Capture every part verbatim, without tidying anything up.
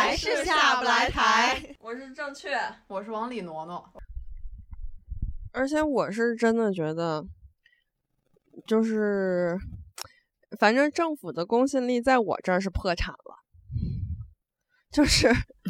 还是下不来台。 我是正确， 我是往里挪挪。 而且我是真的觉得，就是反正政府的公信力在我这儿是破产了。就是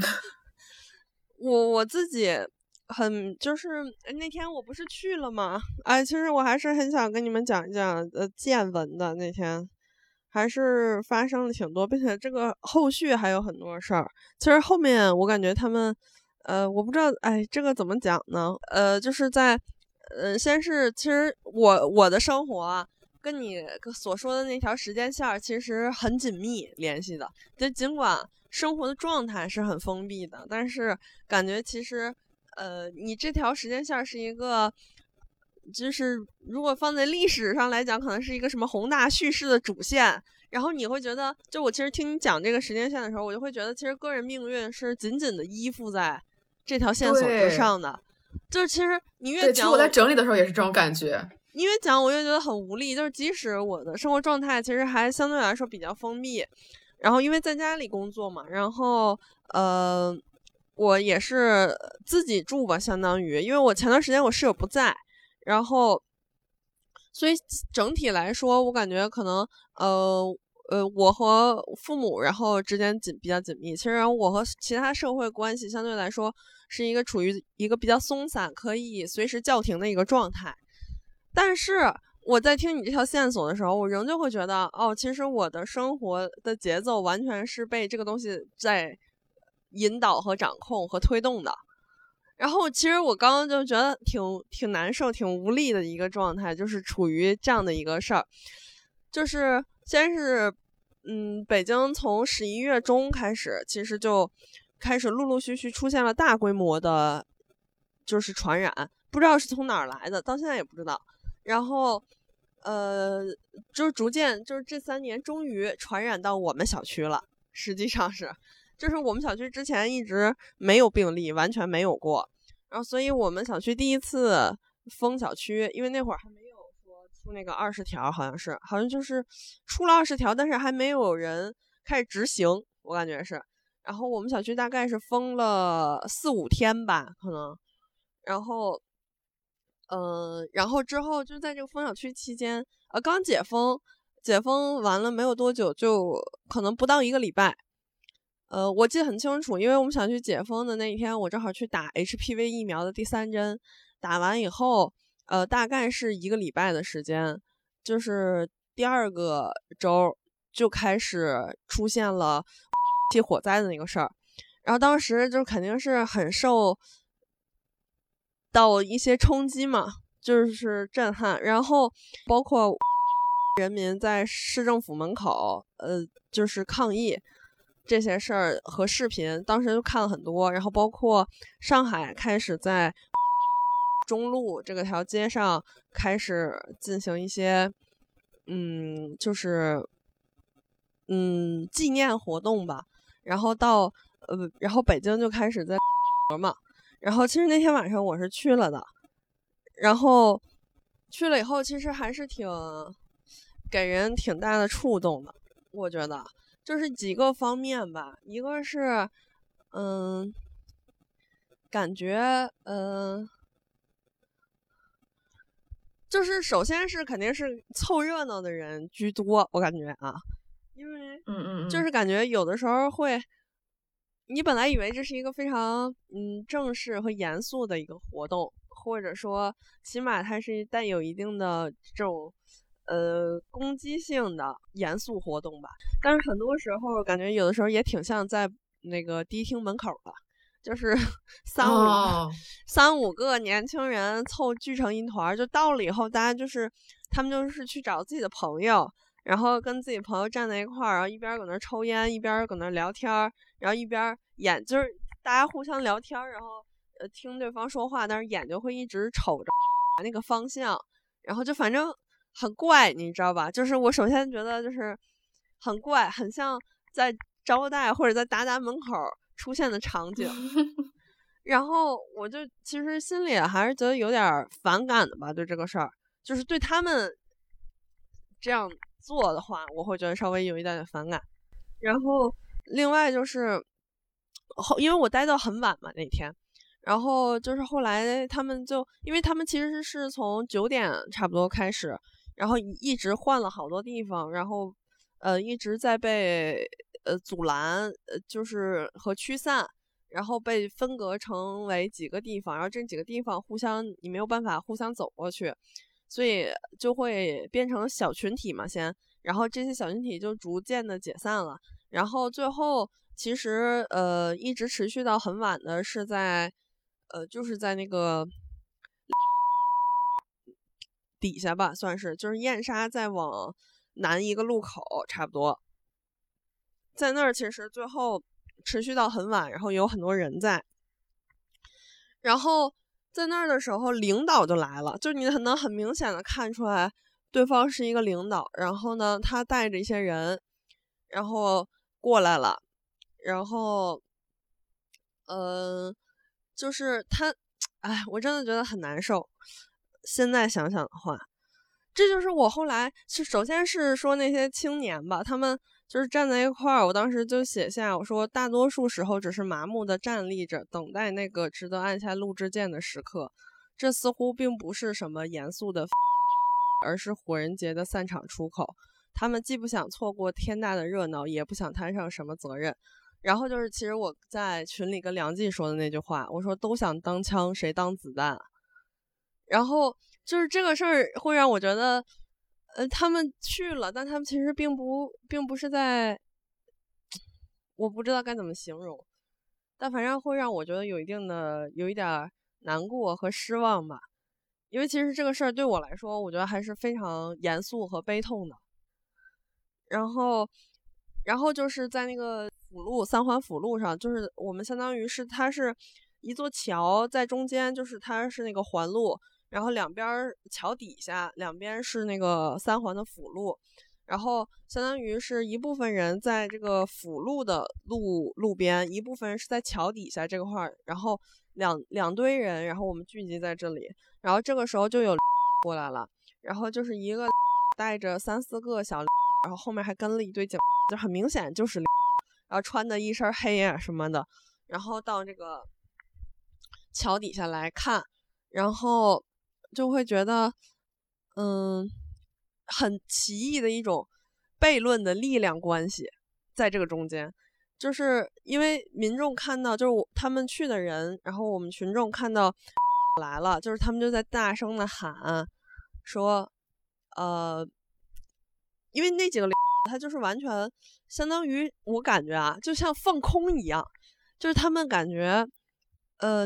我我自己很就是那天我不是去了吗？哎，其实我还是很想跟你们讲一讲呃见闻的。那天还是发生了挺多，并且这个后续还有很多事儿。其实后面我感觉他们呃我不知道，哎，这个怎么讲呢？呃就是在呃先是其实我我的生活啊跟你所说的那条时间线其实很紧密联系的，就尽管生活的状态是很封闭的，但是感觉其实呃你这条时间线是一个就是如果放在历史上来讲可能是一个什么宏大叙事的主线，然后你会觉得就我其实听你讲这个时间线的时候，我就会觉得其实个人命运是紧紧的依附在这条线索之上的。就是其实你越讲， 其实我在整理的时候也是这种感觉， 你越讲我越觉得很无力。就是即使我的生活状态其实还相对来说比较封闭，然后因为在家里工作嘛，然后呃我也是自己住吧，相当于因为我前段时间我室友不在，然后所以整体来说我感觉可能呃呃我和父母然后之间紧比较紧密，其实我和其他社会关系相对来说是一个处于一个比较松散可以随时叫停的一个状态。但是我在听你这条线索的时候，我仍旧会觉得哦，其实我的生活的节奏完全是被这个东西在引导和掌控和推动的。然后其实我刚刚就觉得挺挺难受挺无力的一个状态，就是处于这样的一个事儿。就是先是嗯，北京从十一月中开始其实就开始陆陆续续出现了大规模的就是传染，不知道是从哪儿来的，到现在也不知道。然后呃就是逐渐就是这三年终于传染到我们小区了，实际上是就是我们小区之前一直没有病例，完全没有过。然后所以我们小区第一次封小区，因为那会儿还没有说出那个二十条，好像是好像就是出了二十条，但是还没有人开始执行，我感觉是。然后我们小区大概是封了四五天吧，可能。然后呃，然后之后就在这个封小区期间，呃，刚解封，解封完了没有多久，就可能不到一个礼拜。呃，我记得很清楚，因为我们小区解封的那一天，我正好去打 H P V 疫苗的第三针，打完以后，呃，大概是一个礼拜的时间，就是第二个周就开始出现了起火灾的那个事儿，然后当时就肯定是很受到一些冲击嘛，就是震撼，然后包括人民在市政府门口呃就是抗议这些事儿和视频，当时就看了很多。然后包括上海开始在中路这个条街上开始进行一些嗯就是嗯纪念活动吧，然后到呃然后北京就开始在嘛，然后其实那天晚上我是去了的，然后去了以后其实还是挺给人挺大的触动的，我觉得就是几个方面吧。一个是嗯感觉嗯就是首先是肯定是凑热闹的人居多，我感觉啊，因为嗯嗯就是感觉有的时候会你本来以为这是一个非常嗯正式和严肃的一个活动，或者说起码它是带有一定的这种呃攻击性的严肃活动吧，但是很多时候感觉有的时候也挺像在那个迪厅门口的，就是三五、哦、三五个年轻人凑聚成一团，就到了以后大家就是他们就是去找自己的朋友，然后跟自己朋友站在一块儿，然后一边搁那抽烟一边搁那聊天，然后一边眼就是大家互相聊天，然后呃听对方说话，但是眼睛会一直瞅着那个方向，然后就反正很怪，你知道吧？就是我首先觉得就是很怪，很像在招待或者在达达门口出现的场景。然后我就其实心里还是觉得有点反感的吧，对这个事儿，就是对他们这样做的话，我会觉得稍微有一点点反感。然后另外就是后因为我待到很晚嘛那天，然后就是后来他们就因为他们其实是从九点差不多开始，然后一直换了好多地方，然后呃一直在被呃阻拦，呃就是和驱散，然后被分隔成为几个地方，然后这几个地方互相你没有办法互相走过去，所以就会变成小群体嘛先，然后这些小群体就逐渐的解散了，然后最后其实呃一直持续到很晚的是在呃就是在那个底下吧，算是就是燕莎再往南一个路口差不多，在那儿其实最后持续到很晚，然后有很多人在，然后在那儿的时候领导就来了，就你很能很明显的看出来对方是一个领导，然后呢他带着一些人然后过来了，然后呃就是他哎我真的觉得很难受，现在想想的话，这就是我后来是首先是说那些青年吧，他们就是站在一块儿，我当时就写下我说大多数时候只是麻木的站立着，等待那个值得按下录制键的时刻，这似乎并不是什么严肃的而是火人节的散场出口，他们既不想错过天大的热闹，也不想摊上什么责任。然后就是其实我在群里跟梁记说的那句话，我说都想当枪谁当子弹，然后就是这个事儿会让我觉得呃，他们去了，但他们其实并不并不是在，我不知道该怎么形容，但反正会让我觉得有一定的有一点难过和失望吧，因为其实这个事儿对我来说我觉得还是非常严肃和悲痛的。然后然后就是在那个辅路三环辅路上，就是我们相当于是它是一座桥在中间，就是它是那个环路，然后两边桥底下两边是那个三环的辅路，然后相当于是一部分人在这个辅路的路路边，一部分人是在桥底下这块儿，然后两两堆人，然后我们聚集在这里，然后这个时候就有过来了，然后就是一个带着三四个小，然后后面还跟了一堆警，就很明显就是，然后穿的一身黑啊什么的，然后到这个桥底下来看，然后就会觉得嗯很奇异的一种悖论的力量关系在这个中间，就是因为民众看到就是我他们去的人，然后我们群众看到来了，就是他们就在大声的喊说呃因为那几个他就是完全相当于我感觉啊就像放空一样，就是他们感觉呃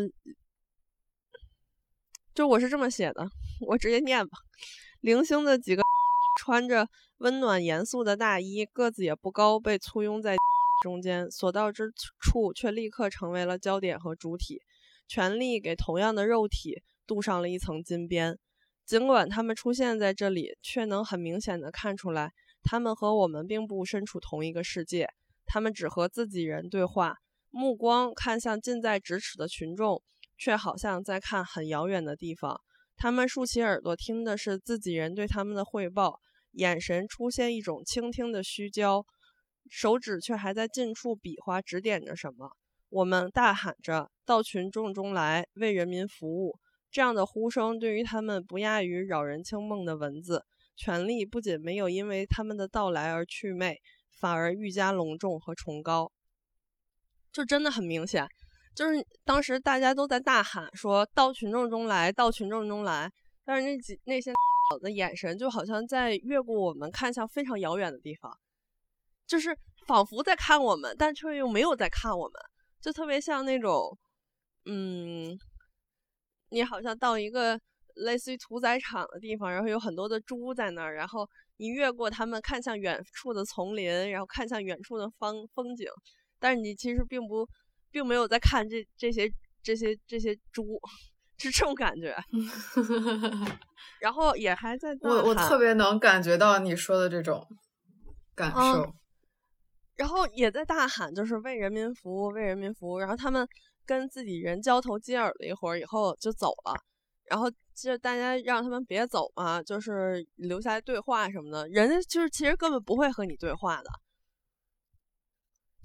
就我是这么写的，我直接念吧。零星的几个穿着温暖严肃的大衣，个子也不高，被簇拥在中间，所到之处却立刻成为了焦点和主体，全力给同样的肉体镀上了一层金边。尽管他们出现在这里，却能很明显地看出来，他们和我们并不身处同一个世界，他们只和自己人对话，目光看向近在咫尺的群众，却好像在看很遥远的地方。他们竖起耳朵听的是自己人对他们的汇报，眼神出现一种倾听的虚焦，手指却还在近处比划指点着什么。我们大喊着到群众中来，为人民服务，这样的呼声对于他们不亚于扰人清梦的文字，权力不仅没有因为他们的到来而祛魅，反而愈加隆重和崇高。就真的很明显，就是当时大家都在大喊说到群众中来，到群众中来，但是那几那些的眼神就好像在越过我们看向非常遥远的地方，就是仿佛在看我们，但却又没有在看我们，就特别像那种嗯你好像到一个类似于屠宰场的地方，然后有很多的猪在那儿，然后你越过他们看向远处的丛林，然后看向远处的风风景，但是你其实并不并没有在看这这些这些这些猪，是这种感觉。然后也还在我我特别能感觉到你说的这种感受、嗯、 然后也在大喊就是为人民服务为人民服务，然后他们跟自己人交头接耳了一会儿以后就走了，然后就大家让他们别走嘛，就是留下来对话什么的，人家就是其实根本不会和你对话的，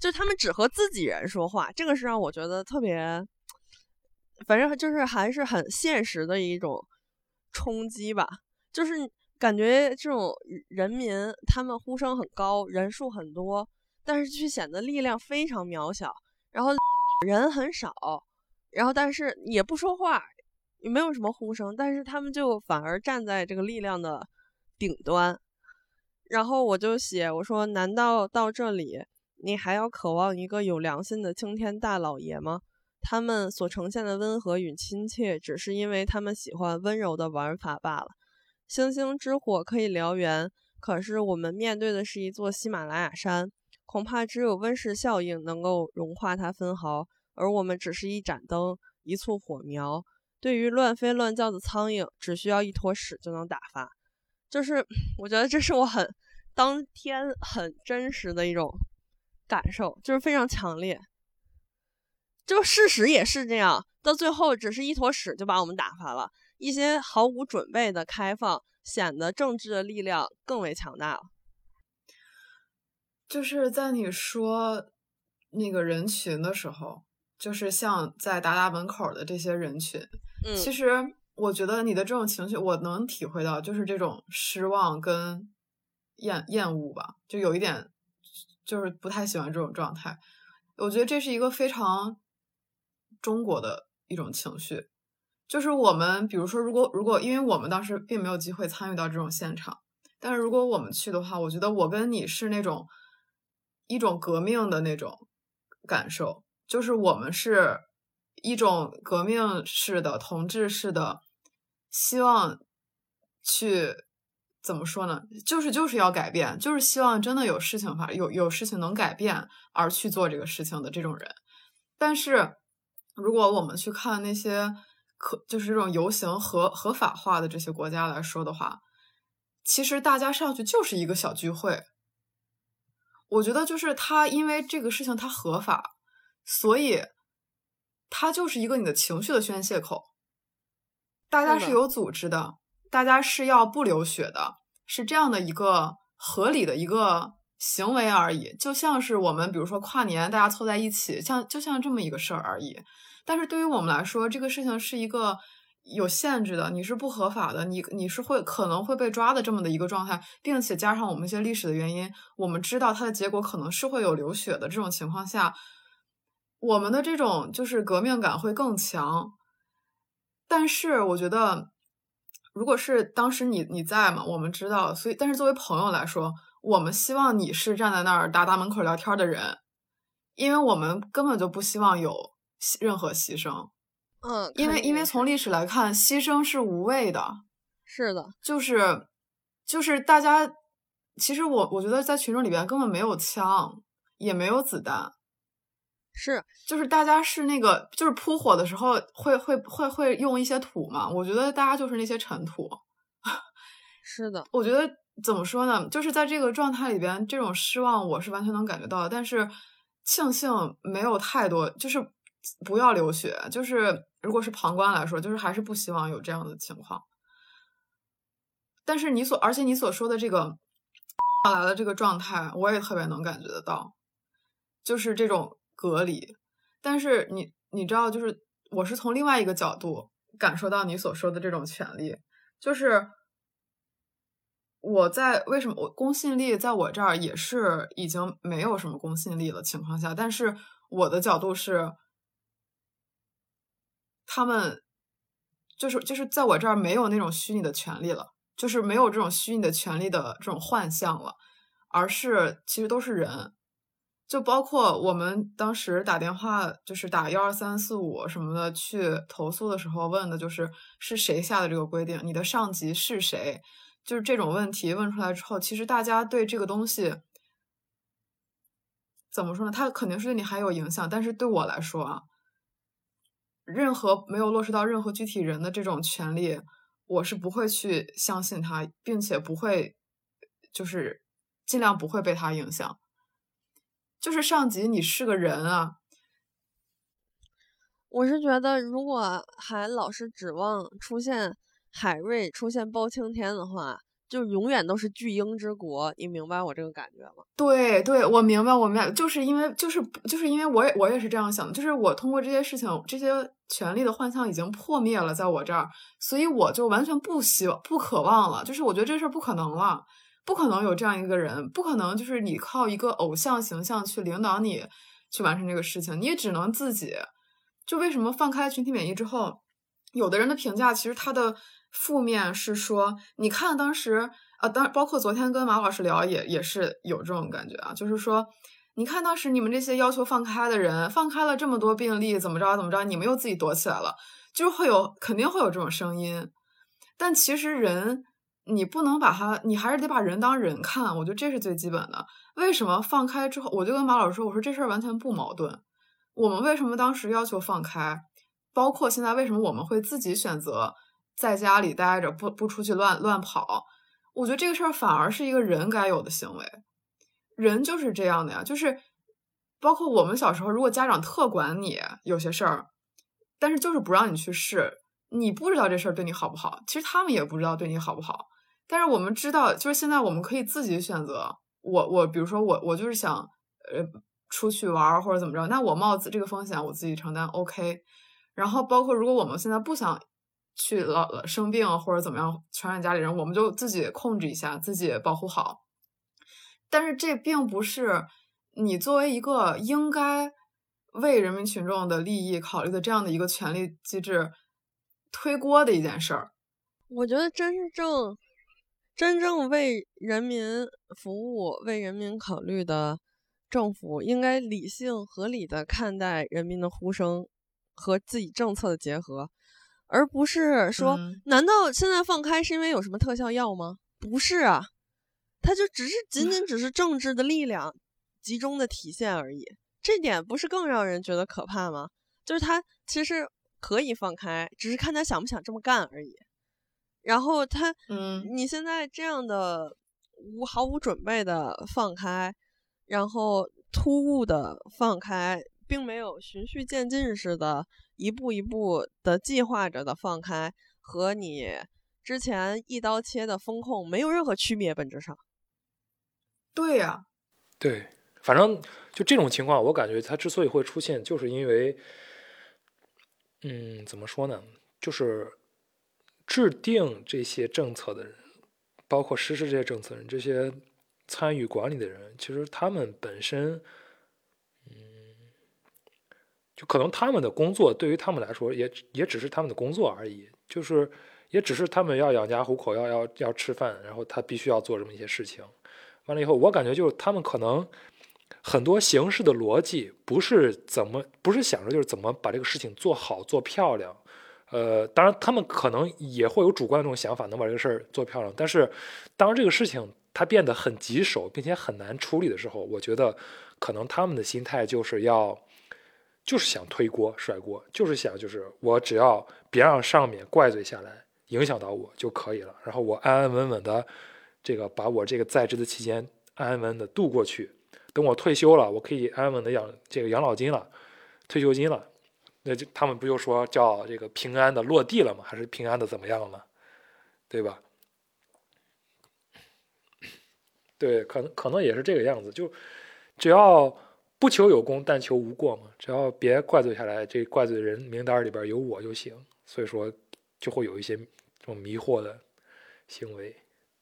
就他们只和自己人说话，这个是让我觉得特别，反正就是还是很现实的一种冲击吧。就是感觉这种人民他们呼声很高，人数很多，但是却显得力量非常渺小，然后人很少，然后但是也不说话，也没有什么呼声，但是他们就反而站在这个力量的顶端。然后我就写我说，难道到这里你还要渴望一个有良心的青天大老爷吗？他们所呈现的温和与亲切，只是因为他们喜欢温柔的玩法罢了。星星之火可以燎原，可是我们面对的是一座喜马拉雅山，恐怕只有温室效应能够融化它分毫，而我们只是一盏灯，一簇火苗。对于乱飞乱叫的苍蝇，只需要一坨屎就能打发。就是我觉得这是我很当天很真实的一种感受，就是非常强烈。就事实也是这样，到最后只是一坨屎就把我们打发了。一些毫无准备的开放，显得政治的力量更为强大了。 就是在你说那个人群的时候，就是像在达达门口的这些人群， 嗯， 其实我觉得你的这种情绪我能体会到，就是这种失望跟厌厌恶吧，就有一点就是不太喜欢这种状态。我觉得这是一个非常中国的一种情绪，就是我们比如说如果如果因为我们当时并没有机会参与到这种现场，但是如果我们去的话，我觉得我跟你是那种一种革命的那种感受，就是我们是一种革命式的同志式的希望去怎么说呢，就是就是要改变，就是希望真的有事情发有有事情能改变而去做这个事情的这种人。但是如果我们去看那些可就是这种游行合合法化的这些国家来说的话，其实大家上去就是一个小聚会。我觉得就是他因为这个事情他合法，所以他就是一个你的情绪的宣泄口。大家是有组织的，大家是要不流血的，是这样的一个合理的一个行为而已。就像是我们比如说跨年大家凑在一起，像就像这么一个事儿而已。但是对于我们来说，这个事情是一个有限制的，你是不合法的，你你是会可能会被抓的这么的一个状态，并且加上我们一些历史的原因，我们知道它的结果可能是会有流血的。这种情况下，我们的这种就是革命感会更强。但是我觉得如果是当时你你在嘛，我们知道，所以但是作为朋友来说，我们希望你是站在那儿达达门口聊天的人，因为我们根本就不希望有任何牺牲。 嗯， 因为因为从历史来看，牺牲是无谓的。 是的， 就是就是大家其实我我觉得在群众里边根本没有枪，也没有子弹。 是， 就是大家是那个，就是扑火的时候会会会会用一些土嘛，我觉得大家就是那些尘土。 是的， 我觉得怎么说呢，就是在这个状态里边，这种失望我是完全能感觉到的，但是庆幸没有太多，就是不要流血，就是如果是旁观来说，就是还是不希望有这样的情况。但是你所而且你所说的这个来的这个状态，我也特别能感觉得到，就是这种隔离。但是你你知道，就是我是从另外一个角度感受到你所说的这种权利，就是我在为什么我公信力在我这儿也是已经没有什么公信力的情况下，但是我的角度是他们就是就是在我这儿没有那种虚拟的权利了，就是没有这种虚拟的权利的这种幻象了，而是其实都是人。就包括我们当时打电话就是打一二三四五什么的去投诉的时候问的就是是谁下的这个规定，你的上级是谁，就是这种问题问出来之后，其实大家对这个东西怎么说呢，它肯定是对你还有影响，但是对我来说啊，任何没有落实到任何具体人的这种权利，我是不会去相信他，并且不会就是尽量不会被他影响。就是上级你是个人啊。 我是觉得如果还老是指望出现海瑞出现包青天的话， 就永远都是巨婴之国，你明白我这个感觉吗？ 对对，我明白，我明白，就是因为就是就是因为我也我也是这样想的，就是我通过这些事情，这些权力的幻象已经破灭了，在我这儿，所以我就完全不希望、不渴望了，就是我觉得这事儿不可能了，不可能有这样一个人，不可能就是你靠一个偶像形象去领导你去完成这个事情，你也只能自己。就为什么放开群体免疫之后，有的人的评价其实他的负面是说，你看当时啊，当包括昨天跟马老师聊也也是有这种感觉啊，就是说，你看当时你们这些要求放开的人，放开了这么多病例，怎么着怎么着，你们又自己躲起来了，就是会有肯定会有这种声音，但其实人你不能把他，你还是得把人当人看，我觉得这是最基本的。为什么放开之后，我就跟马老师说，我说这事儿完全不矛盾。我们为什么当时要求放开，包括现在为什么我们会自己选择在家里待着，不不出去乱乱跑，我觉得这个事儿反而是一个人该有的行为。人就是这样的呀，就是包括我们小时候，如果家长特管你有些事儿，但是就是不让你去试，你不知道这事儿对你好不好，其实他们也不知道对你好不好，但是我们知道，就是现在我们可以自己选择。我我比如说我我就是想呃出去玩或者怎么着，那我冒这个风险我自己承担 OK。然后包括如果我们现在不想去了生病或者怎么样传染家里人，我们就自己控制一下，自己保护好。但是这并不是你作为一个应该为人民群众的利益考虑的这样的一个权力机制推锅的一件事儿。 我觉得真正真正为人民服务、为人民考虑的政府，应该理性合理的看待人民的呼声和自己政策的结合，而不是说、嗯、难道现在放开是因为有什么特效药吗？不是啊，它就只是仅仅只是政治的力量集中的体现而已。这点不是更让人觉得可怕吗？就是他其实可以放开，只是看他想不想这么干而已。然后他， 嗯， 你现在这样的无毫无准备的放开，然后突兀的放开，并没有循序渐进似的一步一步的计划着的放开，和你之前一刀切的风控没有任何区别，本质上。 对呀、啊， 对，反正就这种情况，我感觉它之所以会出现，就是因为，嗯，怎么说呢，就是制定这些政策的人，包括实施这些政策的人，这些参与管理的人，其实他们本身，嗯，就可能他们的工作对于他们来说也也只是他们的工作而已，就是也只是他们要养家糊口，要要要吃饭，然后他必须要做这么一些事情。完了以后，我感觉就是他们可能很多形式的逻辑不是怎么不是想着就是怎么把这个事情做好做漂亮。呃，当然他们可能也会有主观的这种想法，能把这个事儿做漂亮。但是当这个事情它变得很棘手，并且很难处理的时候，我觉得可能他们的心态就是要就是想推锅甩锅，就是想就是我只要别让上面怪罪下来影响到我就可以了，然后我安安稳稳的这个把我这个在职的期间安安稳稳的度过去，等我退休了，我可以安安稳的养这个养老金了，退休金了。那就他们不就说叫这个平安的落地了吗？还是平安的怎么样了吗？对吧？对，可能可能也是这个样子。就只要不求有功，但求无过嘛。只要别怪罪下来，这怪罪的人名单里边有我就行。所以说，就会有一些这种迷惑的行为。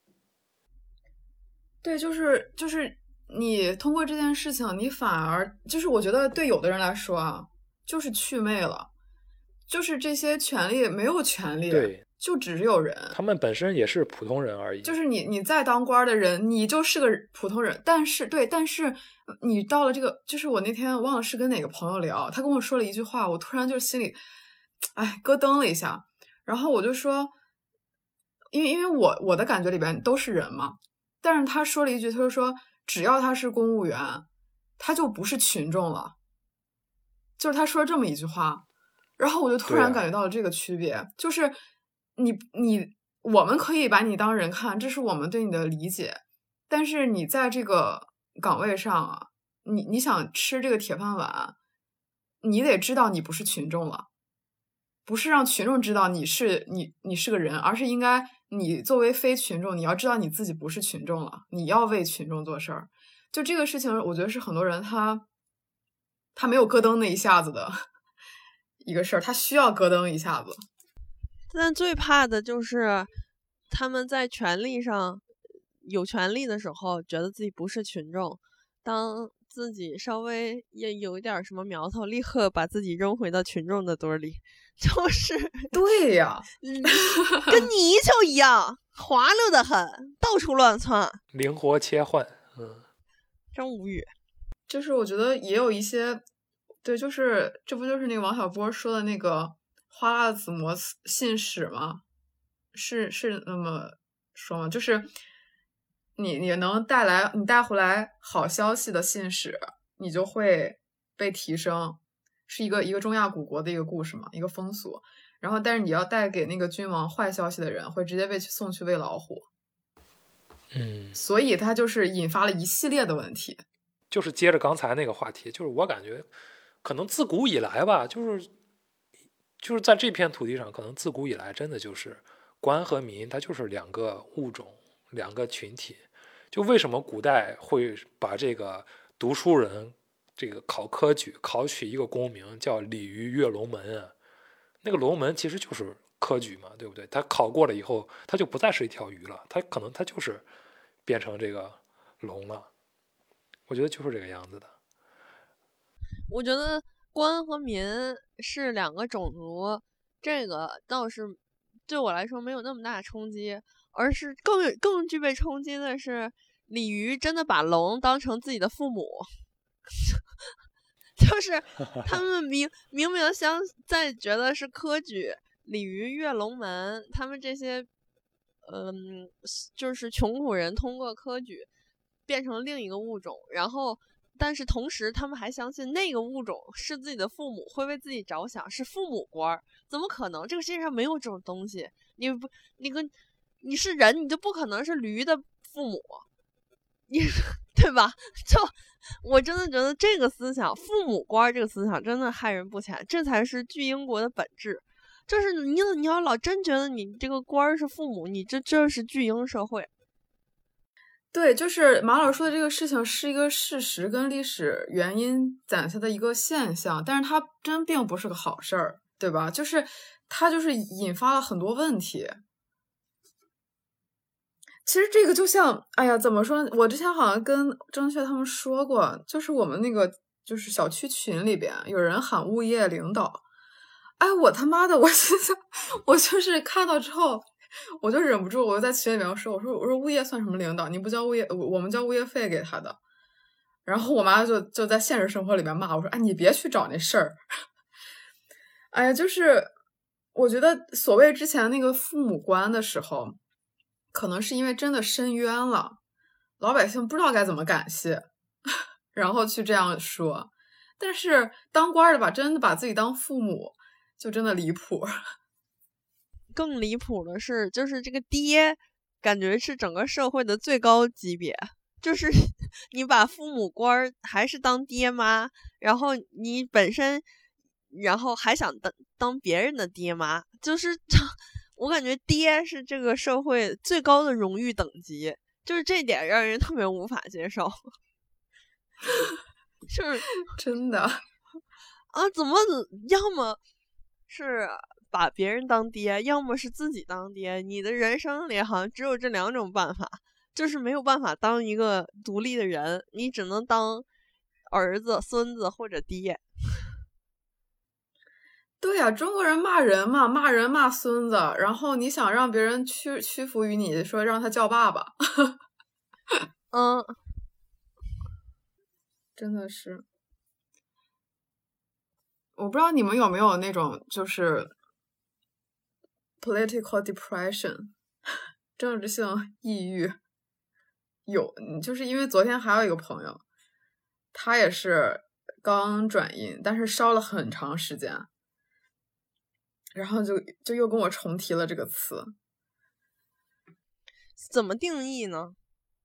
对，就是就是你通过这件事情，你反而就是我觉得对有的人来说啊。就是祛魅了，就是这些权利没有权利， 对， 就只有人， 他们本身也是普通人而已。 就是你，你在当官的人，你就是个普通人。但是，对，但是你到了这个，就是我那天忘了是跟哪个朋友聊，他跟我说了一句话，我突然就心里，哎，咯噔了一下。然后我就说，因为因为我我的感觉里边都是人嘛，但是他说了一句，他就说，只要他是公务员，他就不是群众了。就是他说这么一句话，然后我就突然感觉到了这个区别，啊、就是你你我们可以把你当人看，这是我们对你的理解，但是你在这个岗位上啊，你你想吃这个铁饭碗，你得知道你不是群众了， 不是让群众知道你是你你是个人，而是应该你作为非群众，你要知道你自己不是群众了，你要为群众做事儿。就这个事情，我觉得是很多人他他没有咯噔那一下子的一个事儿，他需要咯噔一下子。 但最怕的就是他们在权力上有权利的时候，觉得自己不是群众，当自己稍微也有一点什么苗头，立刻把自己扔回到群众的堆里，就是对呀， 嗯，跟泥鳅一样滑溜的很，到处乱窜， 灵活切换，嗯， 真无语。 就是我觉得也有一些，对，就是这不就是那个王小波说的那个花剌子模信使吗？是是那么说吗？就是你你能带来你带回来好消息的信使，你就会被提升，是一个一个中亚古国的一个故事嘛，一个风俗。然后，但是你要带给那个君王坏消息的人，会直接被送去喂老虎。 嗯， 所以它就是引发了一系列的问题。 就是接着刚才那个话题，就是我感觉可能自古以来吧，就是就是在这片土地上，可能自古以来真的就是官和民，它就是两个物种，两个群体。就为什么古代会把这个读书人这个考科举考取一个功名叫鲤鱼跃龙门啊？那个龙门其实就是科举嘛，对不对？他考过了以后，他就不再是一条鱼了，他可能他就是变成这个龙了。我觉得就是这个样子的。 我觉得官和民是两个种族，这个倒是对我来说没有那么大冲击，而是更更具备冲击的是，鲤鱼真的把龙当成自己的父母，就是他们明明明相在觉得是科举，鲤鱼跃龙门，他们这些嗯，就是穷苦人通过科举变成另一个物种，然后但是同时他们还相信那个物种是自己的父母，会为自己着想，是父母官。怎么可能？这个世界上没有这种东西。你不，你跟你是人，你就不可能是驴的父母，你对吧？就我真的觉得这个思想，父母官这个思想真的害人不浅，这才是巨婴国的本质。就是你你要老真觉得你这个官是父母，你这这是巨婴社会。 对，就是马老师说的这个事情是一个事实跟历史原因攒下的一个现象，但是它真并不是个好事儿，对吧？就是它就是引发了很多问题。其实这个就像，哎呀，怎么说？我之前好像跟郑雪他们说过，就是我们那个就是小区群里边有人喊物业领导，哎，我他妈的，我现在我就是看到之后。我就忍不住，我就在群里面说：“我说，我说物业算什么领导？你不交物业，我们交物业费给他的。”然后我妈就就在现实生活里面骂我说：“哎，你别去找那事儿。”哎呀，就是我觉得所谓之前那个父母官的时候，可能是因为真的深冤了，老百姓不知道该怎么感谢，然后去这样说。但是当官的吧，真的把自己当父母，就真的离谱。 更离谱的是，就是这个爹，感觉是整个社会的最高级别。就是你把父母官还是当爹妈，然后你本身，然后还想当当别人的爹妈，就是我感觉爹是这个社会最高的荣誉等级，就是这点让人特别无法接受。就是真的啊，怎么要么是把别人当爹，要么是自己当爹，你的人生里好像只有这两种办法，就是没有办法当一个独立的人，你只能当儿子、孙子或者爹。 对呀、啊，中国人骂人嘛，骂人骂孙子，然后你想让别人屈屈服于你，说让他叫爸爸。 嗯， 真的是，我不知道你们有没有那种就是。political depression 政治性抑郁，有，就是因为昨天还有一个朋友，他也是刚转阴，但是烧了很长时间，然后就就又跟我重提了这个词。 怎么定义呢？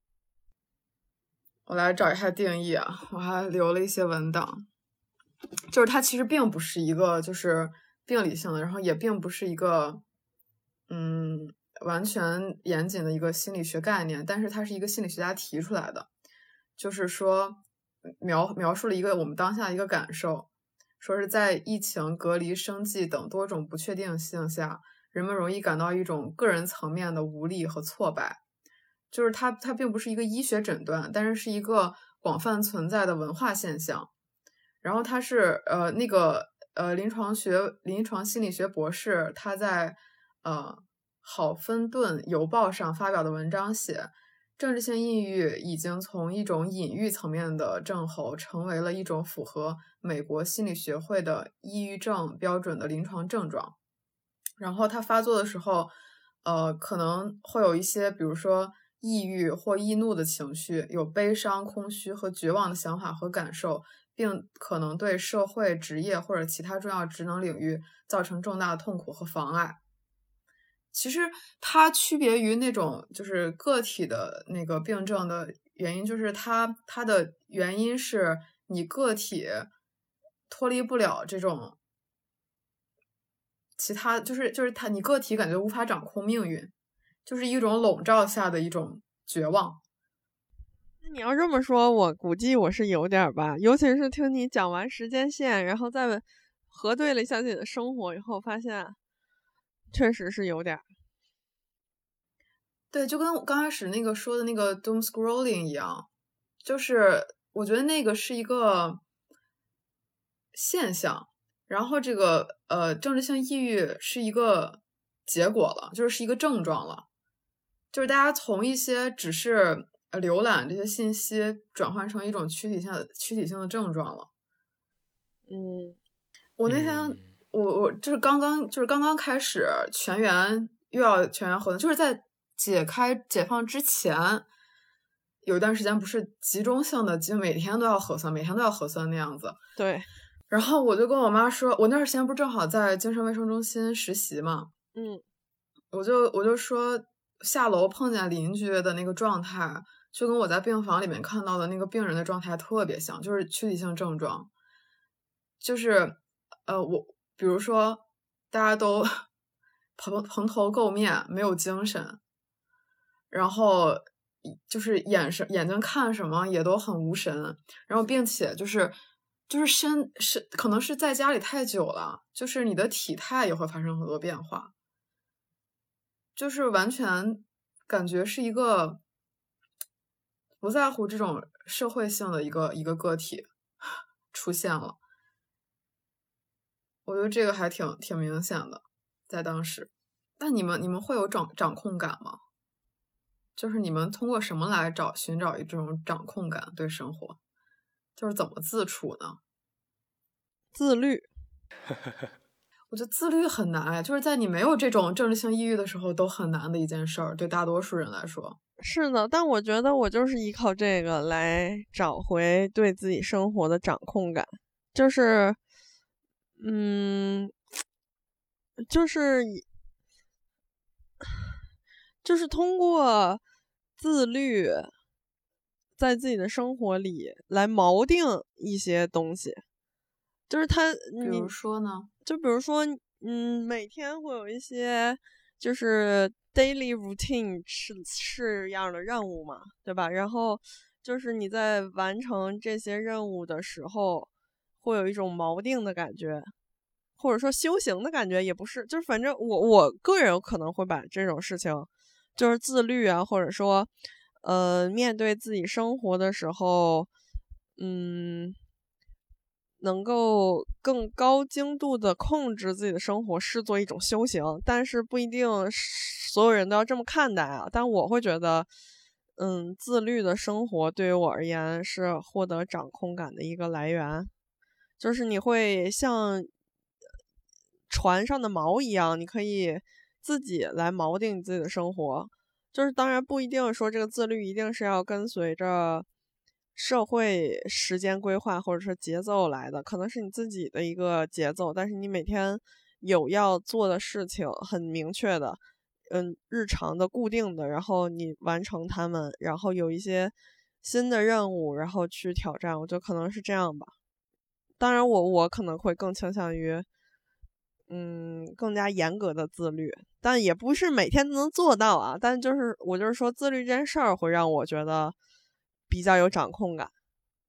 我来找一下定义啊，我还留了一些文档。就是它其实并不是一个就是病理性的，然后也并不是一个嗯完全严谨的一个心理学概念，但是它是一个心理学家提出来的，就是说描描述了一个我们当下一个感受，说是在疫情、隔离、生计等多种不确定性下，人们容易感到一种个人层面的无力和挫败。就是它它并不是一个医学诊断，但是是一个广泛存在的文化现象。然后他是呃那个呃临床学临床心理学博士，他在呃好芬顿邮报上发表的文章写，政治性抑郁已经从一种隐喻层面的症候，成为了一种符合美国心理学会的抑郁症标准的临床症状。然后他发作的时候，呃可能会有一些比如说抑郁或易怒的情绪，有悲伤、空虚和绝望的想法和感受，并可能对社会、职业或者其他重要职能领域造成重大的痛苦和妨碍。其实它区别于那种就是个体的那个病症的原因，就是它它的原因是你个体脱离不了这种其他，就是就是它你个体感觉无法掌控命运，就是一种笼罩下的一种绝望。 那你要这么说，我估计我是有点吧，尤其是听你讲完时间线，然后再核对了一下自己的生活以后，发现确实是有点。 对，就跟我刚开始那个说的那个 doom scrolling 一样，就是我觉得那个是一个现象，然后这个呃政治性抑郁是一个结果了，就是是一个症状了，就是大家从一些只是浏览这些信息转换成一种躯体性的躯体性的症状了。 嗯， 我那天、嗯、我我就是刚刚就是刚刚开始全员又要全员核酸，就是在解开解放之前有一段时间不是集中性的，就每天都要核酸，每天都要核酸那样子。 对。 然后我就跟我妈说，我那段时间不是正好在精神卫生中心实习嘛， 嗯， 我就我就说下楼碰见邻居的那个状态，就跟我在病房里面看到的那个病人的状态特别像，就是躯体性症状，就是呃，我比如说大家都蓬蓬头垢面，没有精神，然后就是眼神眼睛看什么也都很无神，然后并且就是就是身是可能是在家里太久了，就是你的体态也会发生很多变化，就是完全感觉是一个不在乎这种社会性的一个一个个体出现了。我觉得这个还挺挺明显的，在当时。但你们你们会有掌掌控感吗？就是你们通过什么来找寻找一种掌控感对生活？就是怎么自处呢？ 自律。 我觉得自律很难，就是在你没有这种政治性抑郁的时候都很难的一件事儿，对大多数人来说。 是的，但我觉得我就是依靠这个来找回对自己生活的掌控感，就是嗯就是就是通过自律在自己的生活里来锚定一些东西，就是他比如说呢， 就比如说嗯每天会有一些就是 daily routine 是是样的任务嘛，对吧？然后就是你在完成这些任务的时候会有一种锚定的感觉，或者说修行的感觉，也不是，就是反正我我个人有可能会把这种事情就是自律啊，或者说呃面对自己生活的时候嗯能够更高精度的控制自己的生活视作一种修行，但是不一定所有人都要这么看待啊。但我会觉得嗯自律的生活对于我而言是获得掌控感的一个来源，就是你会像船上的锚一样，你可以自己来锚定你自己的生活，就是当然不一定说这个自律一定是要跟随着社会时间规划或者是节奏来的，可能是你自己的一个节奏，但是你每天有要做的事情很明确的嗯，日常的固定的，然后你完成它们，然后有一些新的任务然后去挑战，我觉得可能是这样吧。当然我我可能会更倾向于嗯更加严格的自律，但也不是每天都能做到啊。但就是我就是说，自律这件事儿会让我觉得比较有掌控感。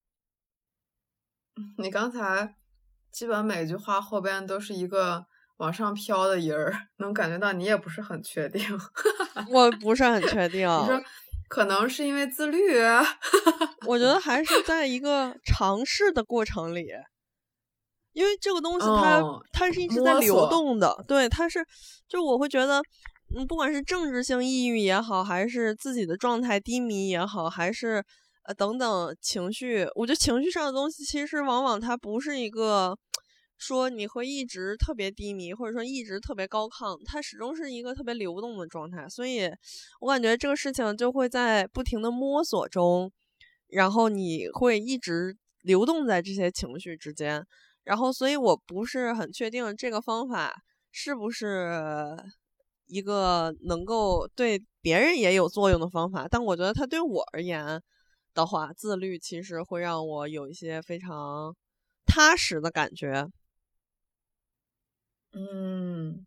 你刚才基本每句话后边都是一个往上飘的音儿，能感觉到你也不是很确定。 我不是很确定。 你说可能是因为自律啊？ 我觉得还是在一个尝试的过程里，因为这个东西它、 哦、 它是一直在流动的。对，它是就我会觉得嗯，不管是政治性抑郁也好，还是自己的状态低迷也好，还是呃等等情绪，我觉得情绪上的东西其实往往它不是一个说你会一直特别低迷，或者说一直特别高亢，它始终是一个特别流动的状态。所以我感觉这个事情就会在不停的摸索中，然后你会一直流动在这些情绪之间。然后所以我不是很确定这个方法是不是一个能够对别人也有作用的方法，但我觉得它对我而言的话，自律其实会让我有一些非常踏实的感觉。 嗯，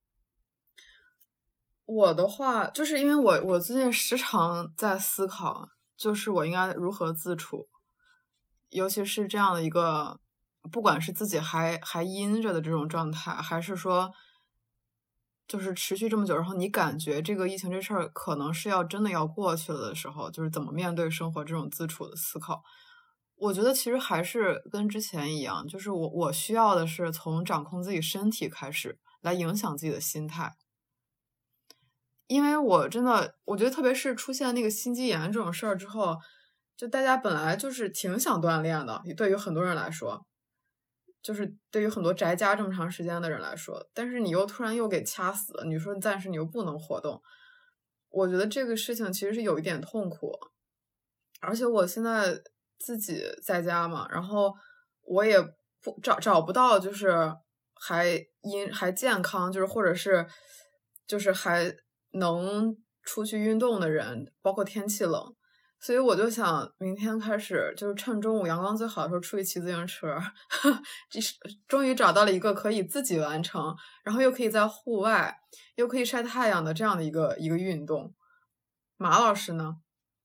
我的话就是因为我我最近时常在思考，就是我应该如何自处，尤其是这样的一个不管是自己还还阴着的这种状态，还是说就是持续这么久，然后你感觉这个疫情这事儿可能是要真的要过去了的时候，就是怎么面对生活这种自处的思考。我觉得其实还是跟之前一样，就是我我需要的是从掌控自己身体开始来影响自己的心态。因为我真的我觉得特别是出现那个心肌炎这种事儿之后，就大家本来就是挺想锻炼的，对于很多人来说，就是对于很多宅家这么长时间的人来说，但是你又突然又给掐死了，你说暂时你又不能活动，我觉得这个事情其实是有一点痛苦。而且我现在自己在家嘛，然后我也不找找不到就是还因还健康，就是或者是就是还能出去运动的人，包括天气冷，所以我就想明天开始就是趁中午阳光最好的时候出去骑自行车。终于找到了一个可以自己完成，然后又可以在户外又可以晒太阳的这样的一个一个运动。马老师呢？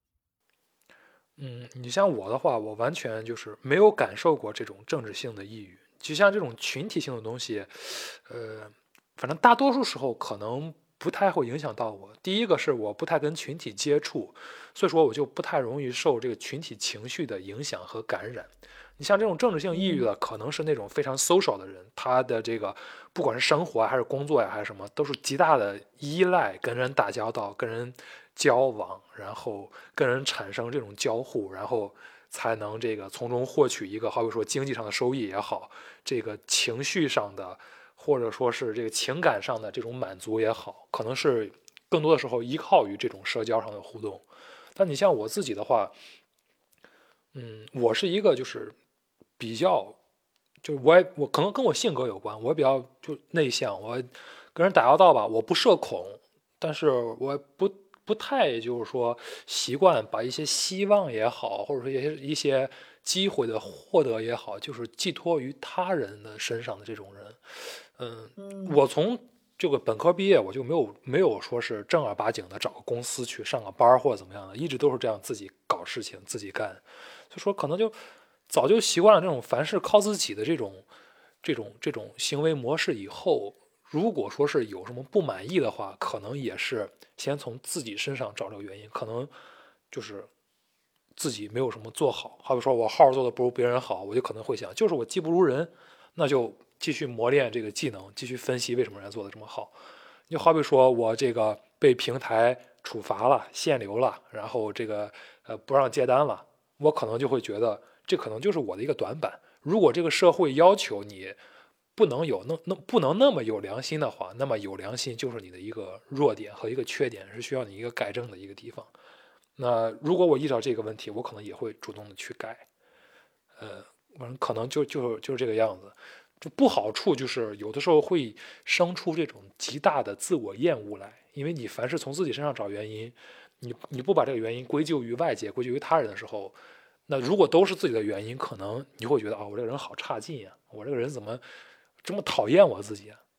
嗯，你像我的话，我完全就是没有感受过这种政治性的抑郁，就像这种群体性的东西，呃，反正大多数时候可能不太会影响到我。第一个是我不太跟群体接触，所以说我就不太容易受这个群体情绪的影响和感染。你像这种政治性抑郁的，可能是那种非常 social 的人，他的这个不管是生活还是工作呀还是什么，都是极大的依赖跟人打交道，跟人交往，然后跟人产生这种交互，然后才能这个从中获取一个，好比说经济上的收益也好，这个情绪上的或者说是这个情感上的这种满足也好，可能是更多的时候依靠于这种社交上的互动。但你像我自己的话，嗯，我是一个就是比较，就是我也我可能跟我性格有关，我比较就内向，我跟人打交道吧，我不社恐，但是我不不太就是说习惯把一些希望也好，或者说一些一些机会的获得也好，就是寄托于他人的身上的这种人。嗯， 嗯我从这个本科毕业，我就没有没有说是正儿八经的找个公司去上个班或者怎么样的，一直都是这样自己搞事情自己干，就说可能就早就习惯了这种凡事靠自己的这种这种这种行为模式。以后如果说是有什么不满意的话，可能也是先从自己身上找这个原因，可能就是自己没有什么做好，好比说我号做的不如别人好，我就可能会想，就是我技不如人，那就继续磨练这个技能，继续分析为什么人家做的这么好。就好比说我这个被平台处罚了、限流了，然后这个呃不让接单了，我可能就会觉得这可能就是我的一个短板。如果这个社会要求你不能有那那不能那么有良心的话，那么有良心就是你的一个弱点和一个缺点，是需要你一个改正的一个地方。那如果我遇到这个问题，我可能也会主动的去改。呃，可能就就就是这个样子。就不好处就是有的时候会生出这种极大的自我厌恶来，因为你凡是从自己身上找原因，你你不把这个原因归咎于外界、归咎于他人的时候，那如果都是自己的原因，可能你会觉得啊、哦，我这个人好差劲呀、啊，我这个人怎么这么讨厌我自己啊？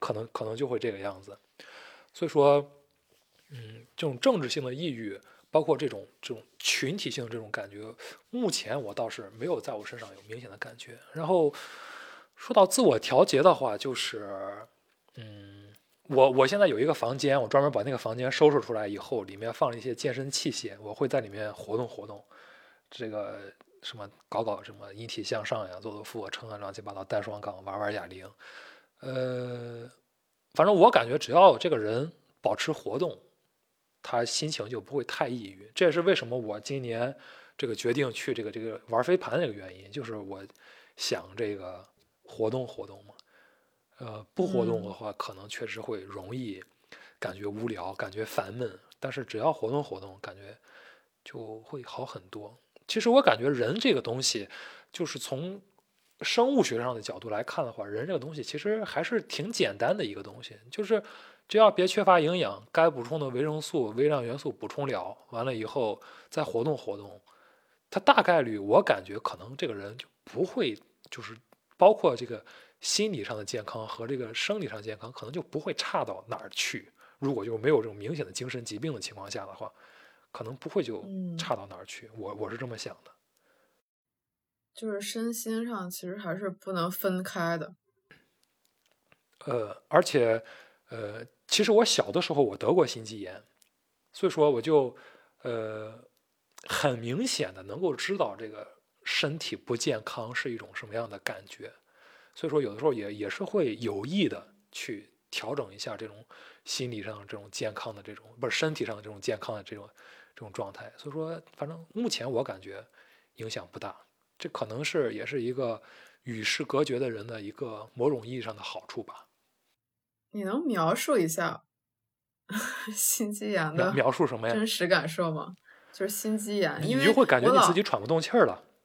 可能可能就会这个样子。所以说，嗯，这种政治性的抑郁，包括这种这种群体性的这种感觉，目前我倒是没有在我身上有明显的感觉。然后说到自我调节的话，就是嗯，我我现在有一个房间，我专门把那个房间收拾出来以后，里面放了一些健身器械，我会在里面活动活动，这个什么搞搞什么引体向上呀，做做俯卧撑啊，乱七八糟单双杠，玩玩哑铃，呃。反正我感觉，只要这个人保持活动，他心情就不会太抑郁。这也是为什么我今年这个决定去这个这个玩飞盘这个原因，就是我想这个活动活动嘛。呃，不活动的话，可能确实会容易感觉无聊，感觉烦闷。但是只要活动活动，感觉就会好很多。其实我感觉人这个东西，就是从生物学上的角度来看的话，人这个东西其实还是挺简单的一个东西，就是只要别缺乏营养，该补充的维生素、微量元素补充了，完了以后再活动活动，它大概率我感觉可能这个人就不会，就是包括这个心理上的健康和这个生理上的健康，可能就不会差到哪儿去。如果就没有这种明显的精神疾病的情况下的话，可能不会就差到哪儿去。我我是这么想的。 就是身心上其实还是不能分开的。 呃，而且，呃，其实我小的时候我得过心肌炎，所以说我就，呃，很明显的能够知道这个身体不健康是一种什么样的感觉，所以说有的时候也也是会有意的去调整一下这种心理上这种健康的这种，不是身体上的这种健康的这种这种状态。所以说，反正目前我感觉影响不大。这可能是也是一个与世隔绝的人的一个某种意义上的好处吧。 你能描述一下心肌炎的描述什么呀？ 真实感受吗？就是心肌炎，因为你就会感觉你自己喘不动气儿了。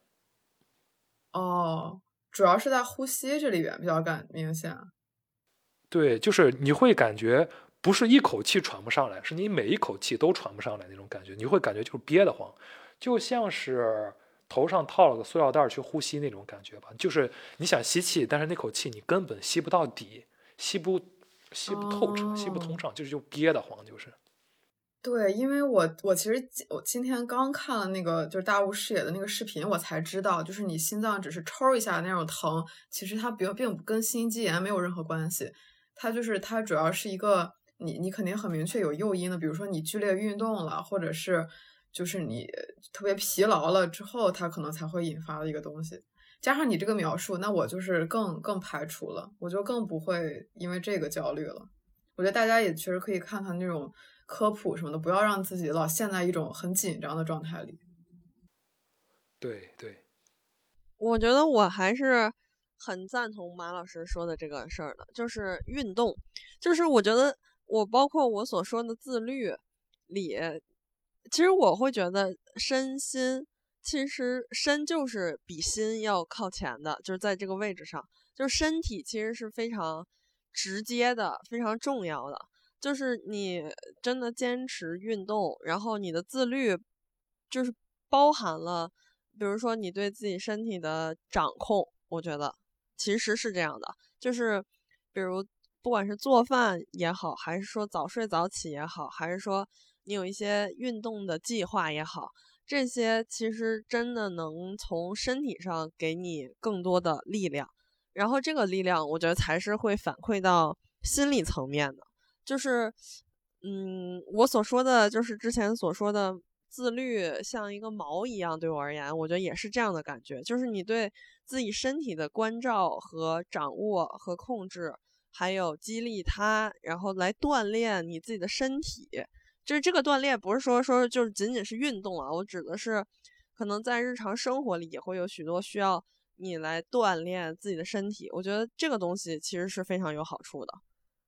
哦，主要是在呼吸这里边比较感明显。 对，就是你会感觉不是一口气喘不上来，是你每一口气都喘不上来那种感觉，你会感觉就是憋得慌，就像是头上套了个塑料袋去呼吸那种感觉吧，就是你想吸气，但是那口气你根本吸不到底，吸不吸不透彻， 哦、 吸不通畅，就是就憋得慌，就是。 对，因为我我其实我今天刚看了那个就是大雾视野的那个视频，我才知道，就是你心脏只是抽一下那种疼，其实它并并跟心肌炎没有任何关系，它就是它主要是一个你你肯定很明确有诱因的，比如说你剧烈运动了，或者是。就是你特别疲劳了之后，它可能才会引发的一个东西。加上你这个描述，那我就是更更排除了，我就更不会因为这个焦虑了。我觉得大家也确实可以看看那种科普什么的，不要让自己老陷在一种很紧张的状态里。 对对， 我觉得我还是很赞同马老师说的这个事儿的，就是运动，就是我觉得我包括我所说的自律里。其实我会觉得身心，其实身就是比心要靠前的，就是在这个位置上，就是身体其实是非常直接的，非常重要的。就是你真的坚持运动，然后你的自律，就是包含了，比如说你对自己身体的掌控，我觉得其实是这样的，就是比如不管是做饭也好，还是说早睡早起也好，还是说你有一些运动的计划也好，这些其实真的能从身体上给你更多的力量，然后这个力量我觉得才是会反馈到心理层面的。就是嗯，我所说的就是之前所说的自律像一个锚一样，对我而言我觉得也是这样的感觉，就是你对自己身体的关照和掌握和控制，还有激励它，然后来锻炼你自己的身体。就是这个锻炼不是说说就是仅仅是运动啊，我指的是可能在日常生活里也会有许多需要你来锻炼自己的身体，我觉得这个东西其实是非常有好处的。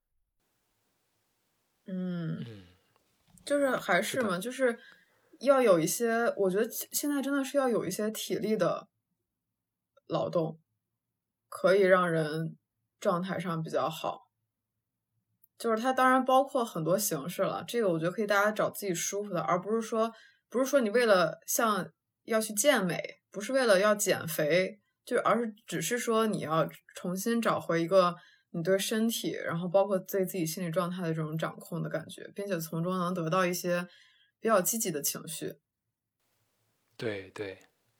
嗯，就是还是嘛，就是要有一些，我觉得现在真的是要有一些体力的劳动，可以让人状态上比较好。就是它当然包括很多形式了，这个我觉得可以大家找自己舒服的，而不是说不是说你为了像要去健美，不是为了要减肥，就而是只是说你要重新找回一个你对身体，然后包括对自己心理状态的这种掌控的感觉，并且从中能得到一些比较积极的情绪。 对对。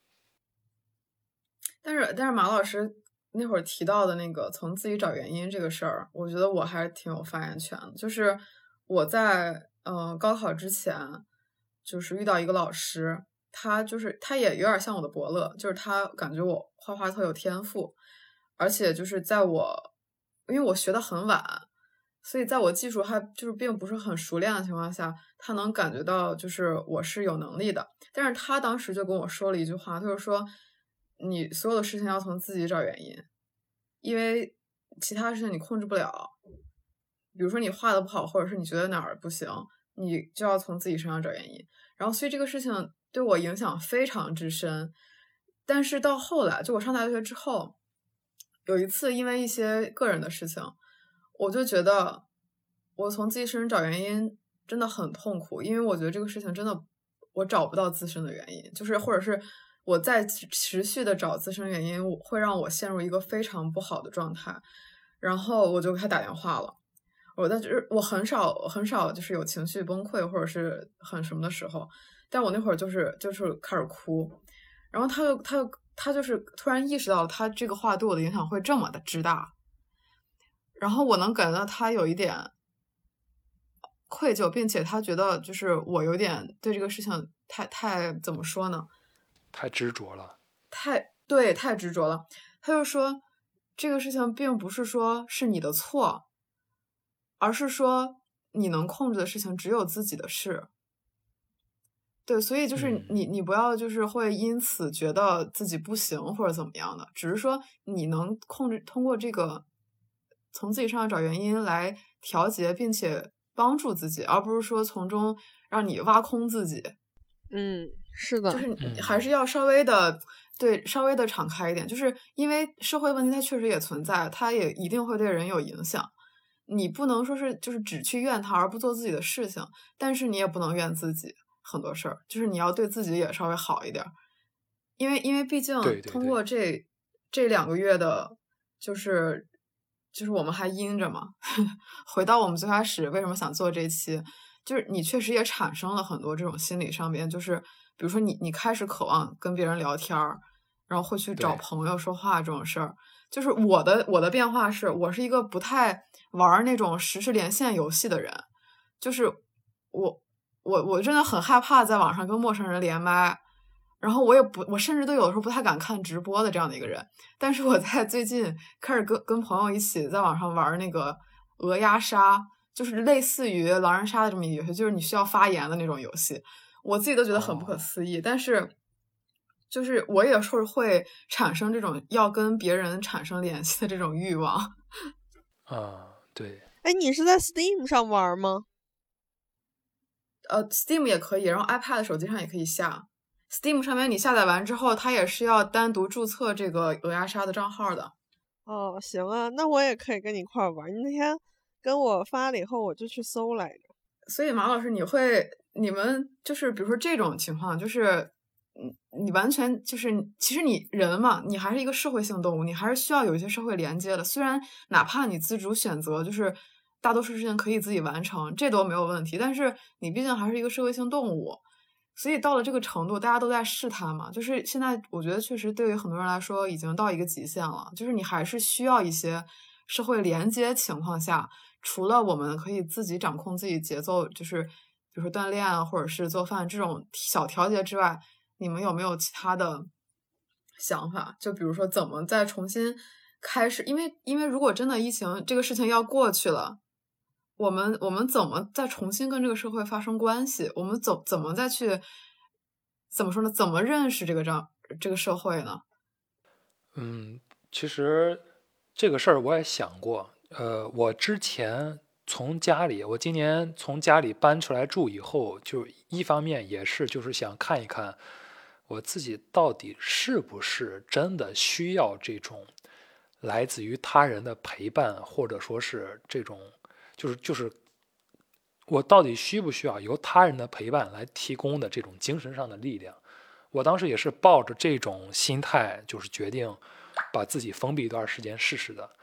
但是但是马老师那会儿提到的那个从自己找原因这个事儿，我觉得我还是挺有发言权的。就是我在呃高考之前，就是遇到一个老师，他就是他也有点像我的伯乐，就是他感觉我画画特有天赋，而且就是在我因为我学的很晚，所以在我技术还就是并不是很熟练的情况下，他能感觉到就是我是有能力的。但是他当时就跟我说了一句话，他就说你所有的事情要从自己找原因，因为其他事情你控制不了。比如说你画的不好，或者是你觉得哪儿不行，你就要从自己身上找原因。然后所以这个事情对我影响非常之深。但是到后来，就我上大学之后，有一次因为一些个人的事情，我就觉得我从自己身上找原因真的很痛苦，因为我觉得这个事情真的我找不到自身的原因，就是或者是我在持续的找自身原因，会让我陷入一个非常不好的状态。然后我就给他打电话了，我但是我很少很少就是有情绪崩溃或者是很什么的时候，但我那会儿就是就是开始哭，然后他就他就他就是突然意识到他这个话对我的影响会这么的之大，然后我能感觉到他有一点愧疚，并且他觉得就是我有点对这个事情太太怎么说呢？ 太执着了。 太对，太执着了。他就说这个事情并不是说是你的错，而是说你能控制的事情只有自己的事。对，所以就是你，你不要就是会因此觉得自己不行或者怎么样的，只是说你能控制，通过这个从自己身上找原因来调节，并且帮助自己，而不是说从中让你挖空自己。 嗯，是的， 就是你还是要稍微的、嗯、对，稍微的敞开一点，就是因为社会问题它确实也存在，它也一定会对人有影响。你不能说是就是只去怨它而不做自己的事情，但是你也不能怨自己。很多事儿就是你要对自己也稍微好一点，因为因为毕竟通过这对对对这两个月的，就是就是我们还阴着嘛。回到我们最开始为什么想做这期，就是你确实也产生了很多这种心理上边，就是比如说你你开始渴望跟别人聊天，然后会去找朋友说话这种事儿。就是我的我的变化是我是一个不太玩那种实时连线游戏的人，就是我。我我真的很害怕在网上跟陌生人连麦，然后我也不，我甚至都有的时候不太敢看直播的这样的一个人。但是我在最近开始跟跟朋友一起在网上玩那个鹅鸭杀，就是类似于狼人杀的这么一个游戏，就是你需要发言的那种游戏。我自己都觉得很不可思议，哦、但是就是我也是会产生这种要跟别人产生联系的这种欲望。 啊，对。 哎，你是在 Steam 上玩吗？ 呃 ，Steam 也可以，然后 iPad 手机上也可以下。Steam 上面你下载完之后，它也是要单独注册这个鹅鸭杀的账号的。 哦，行啊，那我也可以跟你一块玩。你那天跟我发了以后，我就去搜来着。 所以马老师，你会，你们就是比如说这种情况，就是你你完全就是，其实你人嘛，你还是一个社会性动物，你还是需要有一些社会连接的。虽然哪怕你自主选择，就是大多数事情可以自己完成，这都没有问题，但是你毕竟还是一个社会性动物，所以到了这个程度，大家都在试探嘛。就是现在，我觉得确实对于很多人来说，已经到一个极限了。就是你还是需要一些社会连接情况下，除了我们可以自己掌控自己节奏，就是比如说锻炼啊，或者是做饭这种小调节之外，你们有没有其他的想法？就比如说怎么再重新开始？因为因为如果真的疫情这个事情要过去了。我们我们怎么再重新跟这个社会发生关系？我们怎怎么再去怎么说呢？怎么认识这个这这个社会呢？ 嗯，其实这个事儿我也想过。呃，我之前从家里，我今年从家里搬出来住以后，就一方面也是就是想看一看我自己到底是不是真的需要这种来自于他人的陪伴，或者说是这种。就是就是我到底需不需要由他人的陪伴来提供的这种精神上的力量？我当时也是抱着这种心态，就是决定把自己封闭一段时间试试的。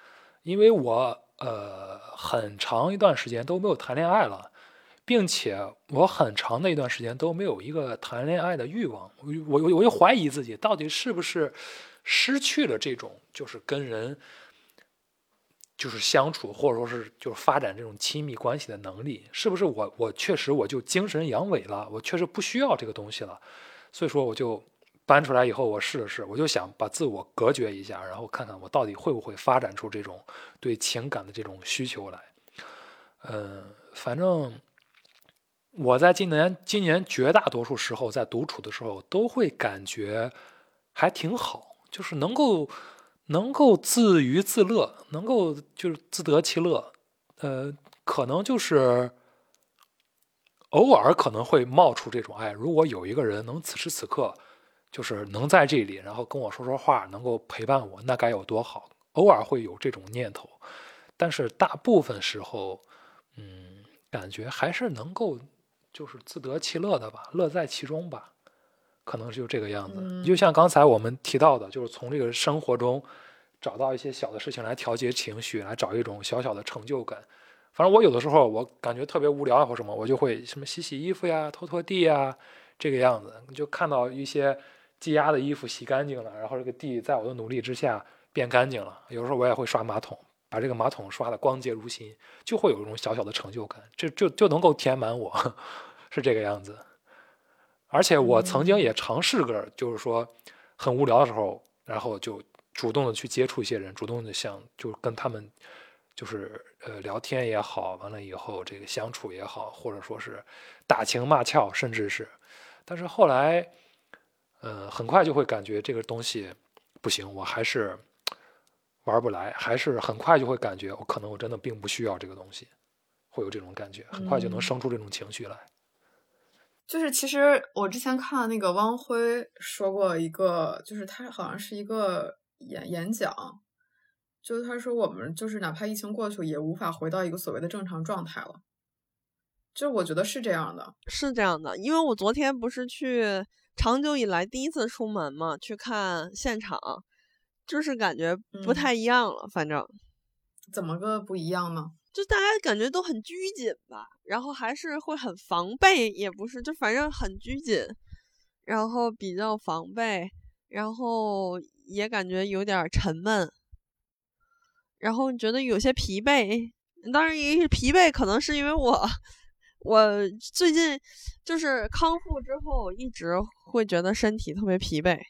因为我呃很长一段时间都没有谈恋爱了，并且我很长的一段时间都没有一个谈恋爱的欲望，我我我就怀疑自己到底是不是失去了这种就是跟人就是相处或者说是就是发展这种亲密关系的能力，是不是我我确实我就精神阳痿了，我确实不需要这个东西了，所以说我就搬出来以后我试了试，我就想把自我隔绝一下，然后看看我到底会不会发展出这种对情感的这种需求来。嗯，反正我在今年今年绝大多数时候在独处的时候都会感觉还挺好，就是能够能够自娱自乐，能够就是自得其乐。呃，可能就是偶尔可能会冒出这种爱，如果有一个人能此时此刻就是能在这里，然后跟我说说话，能够陪伴我，那该有多好。偶尔会有这种念头，但是大部分时候嗯，感觉还是能够就是自得其乐的吧，乐在其中吧，可能就这个样子。 嗯就像刚才我们提到的，就是从这个生活中找到一些小的事情来调节情绪，来找一种小小的成就感。反正我有的时候我感觉特别无聊或什么，我就会什么洗洗衣服呀，拖拖地呀，这个样子。就看到一些积压的衣服洗干净了，然后这个地在我的努力之下变干净了。有时候我也会刷马桶，把这个马桶刷得光洁如新，就会有一种小小的成就感，这就就能够填满我，是这个样子。而且我曾经也尝试过，就是说很无聊的时候，然后就主动的去接触一些人，主动的想就跟他们就是呃聊天也好，完了以后这个相处也好，或者说是打情骂俏，甚至是，但是后来呃很快就会感觉这个东西不行，我还是玩不来，还是很快就会感觉我可能我真的并不需要这个东西，会有这种感觉，很快就能生出这种情绪来。 就是其实我之前看那个汪辉说过一个，就是他好像是一个演演讲，就是他说我们就是哪怕疫情过去，也无法回到一个所谓的正常状态了。就是我觉得是这样的， 是这样的，因为我昨天不是去长久以来第一次出门嘛，去看现场，就是感觉不太一样了。嗯、反正怎么个不一样呢？ 就大家感觉都很拘谨吧，然后还是会很防备，也不是，就反正很拘谨，然后比较防备，然后也感觉有点沉闷，然后觉得有些疲惫。当然，也是疲惫，可能是因为我我最近就是康复之后，一直会觉得身体特别疲惫。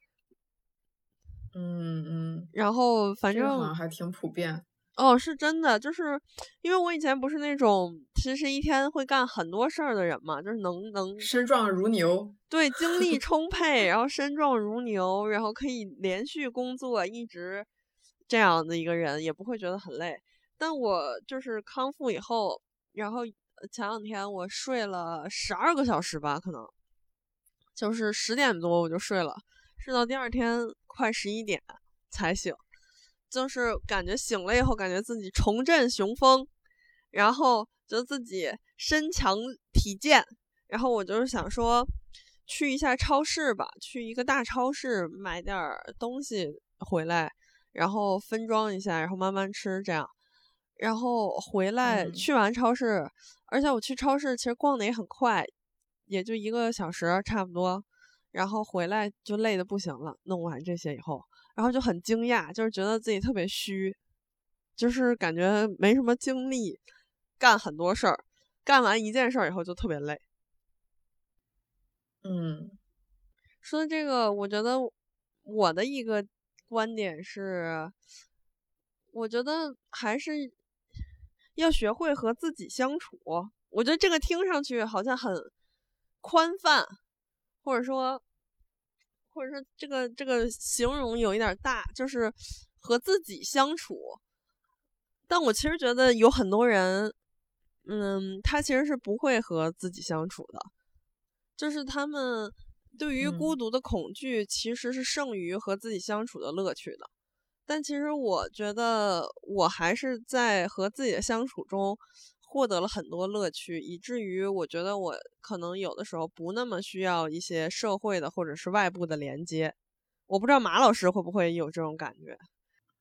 嗯嗯， 然后反正好像还挺普遍。 哦，是真的，就是因为我以前不是那种其实一天会干很多事儿的人嘛，就是能能身壮如牛， 对，精力充沛，然后身壮如牛，然后可以连续工作，一直这样的一个人，也不会觉得很累。但我就是康复以后，然后前两天我睡了十二个小时吧，可能就是十点多我就睡了，睡到第二天快十一点才醒。就是感觉醒了以后，感觉自己重振雄风，然后觉得自己身强体健，然后我就是想说，去一下超市吧，去一个大超市买点东西回来，然后分装一下，然后慢慢吃这样。然后回来、嗯、去完超市，而且我去超市其实逛的也很快，也就一个小时差不多，然后回来就累得不行了。弄完这些以后。然后就很惊讶，就是觉得自己特别虚，就是感觉没什么精力干很多事儿，干完一件事儿以后就特别累。 嗯， 说这个，我觉得我的一个观点是，我觉得还是要学会和自己相处。我觉得这个听上去好像很宽泛，或者说。或者说这个这个形容有一点大，就是和自己相处。但我其实觉得有很多人，嗯，他其实是不会和自己相处的，就是他们对于孤独的恐惧其实是胜于和自己相处的乐趣的。嗯、但其实我觉得我还是在和自己的相处中获得了很多乐趣，以至于我觉得我可能有的时候不那么需要一些社会的或者是外部的连接。我不知道马老师会不会有这种感觉？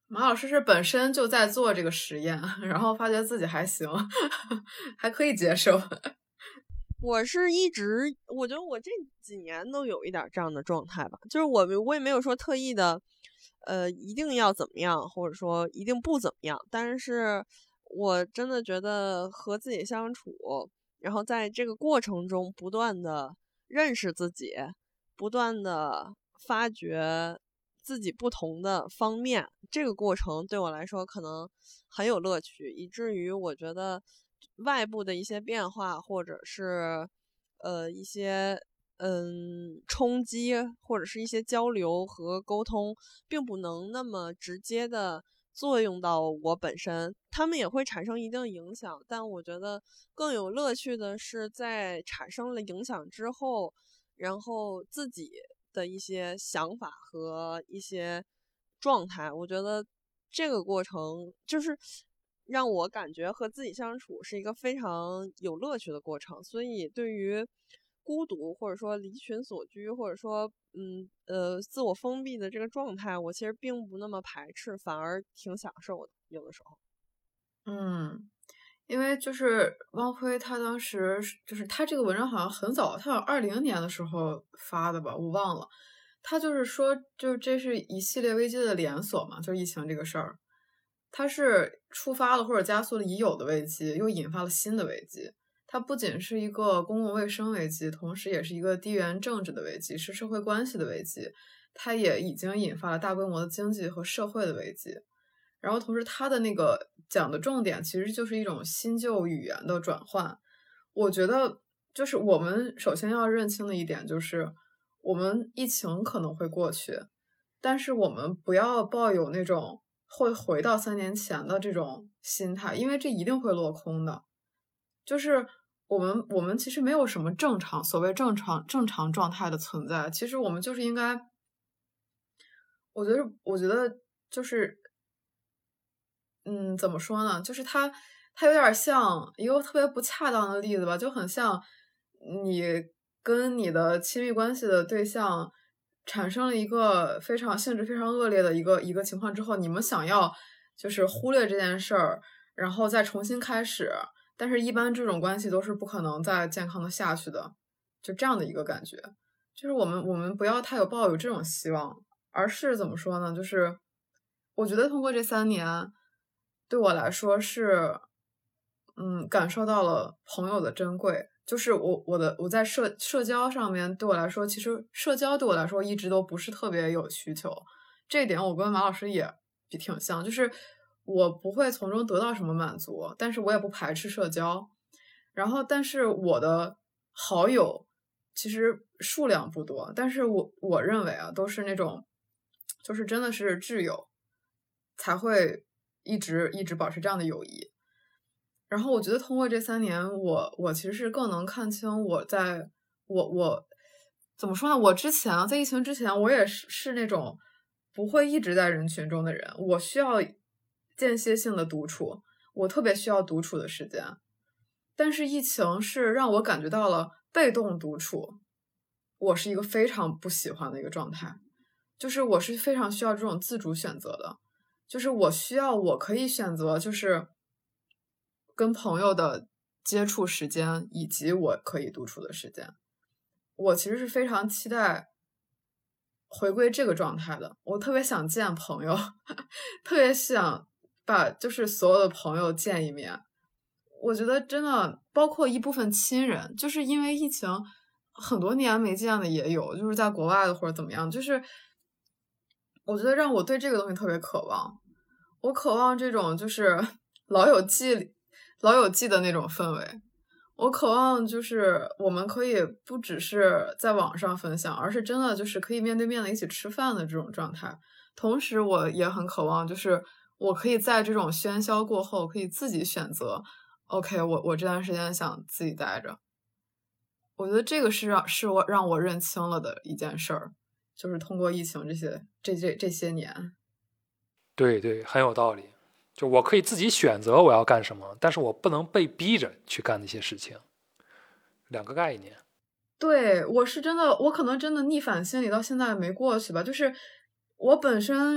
马老师是本身就在做这个实验，然后发觉自己还行，还可以接受。 我是一直，我觉得我这几年都有一点这样的状态吧，就是我我也没有说特意的，呃，一定要怎么样，或者说一定不怎么样，但是我真的觉得和自己相处，然后在这个过程中不断的认识自己，不断的发掘自己不同的方面，这个过程对我来说可能很有乐趣，以至于我觉得外部的一些变化，或者是呃一些嗯冲击，或者是一些交流和沟通，并不能那么直接的作用到我本身，他们也会产生一定影响，但我觉得更有乐趣的是在产生了影响之后，然后自己的一些想法和一些状态，我觉得这个过程就是让我感觉和自己相处是一个非常有乐趣的过程，所以对于孤独或者说离群索居，或者说嗯呃自我封闭的这个状态，我其实并不那么排斥，反而挺享受的，有的时候。 嗯，因为就是汪辉他当时就是他这个文章好像很早，他好像二零年的时候发的吧，我忘了。他就是说，就这是一系列危机的连锁嘛，就是疫情这个事儿，它是触发了或者加速了已有的危机，又引发了新的危机。它不仅是一个公共卫生危机，同时也是一个地缘政治的危机，是社会关系的危机。它也已经引发了大规模的经济和社会的危机。然后同时它的那个讲的重点其实就是一种新旧语言的转换。我觉得就是我们首先要认清的一点就是我们疫情可能会过去，但是我们不要抱有那种会回到三年前的这种心态，因为这一定会落空的。就是我们我们其实没有什么正常所谓正常正常状态的存在，其实我们就是应该，我觉得我觉得就是嗯怎么说呢，就是它它有点像一个特别不恰当的例子吧，就很像你跟你的亲密关系的对象产生了一个非常性质非常恶劣的一个一个情况之后，你们想要就是忽略这件事儿，然后再重新开始，但是一般这种关系都是不可能再健康的下去的，就这样的一个感觉。就是我们我们不要太有抱有这种希望，而是怎么说呢，就是我觉得通过这三年对我来说是嗯感受到了朋友的珍贵。就是我我的我在社社交上面对我来说，其实社交对我来说一直都不是特别有需求，这一点我跟马老师也比挺像，就是我不会从中得到什么满足，但是我也不排斥社交。然后但是我的好友其实数量不多，但是我我认为啊都是那种就是真的是挚友才会一直一直保持这样的友谊。然后我觉得通过这三年，我我其实是更能看清我在我我怎么说呢？我之前啊，在疫情之前，我也是是那种不会一直在人群中的人，我需要间歇性的独处，我特别需要独处的时间。但是疫情是让我感觉到了被动独处，我是一个非常不喜欢的一个状态，就是我是非常需要这种自主选择的，就是我需要我可以选择，就是跟朋友的接触时间以及我可以独处的时间。我其实是非常期待回归这个状态的，我特别想见朋友，特别想把就是所有的朋友见一面。我觉得真的包括一部分亲人，就是因为疫情很多年没见的也有，就是在国外的或者怎么样，就是我觉得让我对这个东西特别渴望。我渴望这种就是老友记老友记的那种氛围，我渴望就是我们可以不只是在网上分享，而是真的就是可以面对面的一起吃饭的这种状态。同时我也很渴望就是我可以在这种喧嚣过后可以自己选择 OK 我我这段时间想自己待着。我觉得这个是让是我让我认清了的一件事儿，就是通过疫情这些这这这些年。 对对，很有道理。就我可以自己选择我要干什么，但是我不能被逼着去干那些事情，两个概念。 对，我是真的，我可能真的逆反心理到现在没过去吧。就是我本身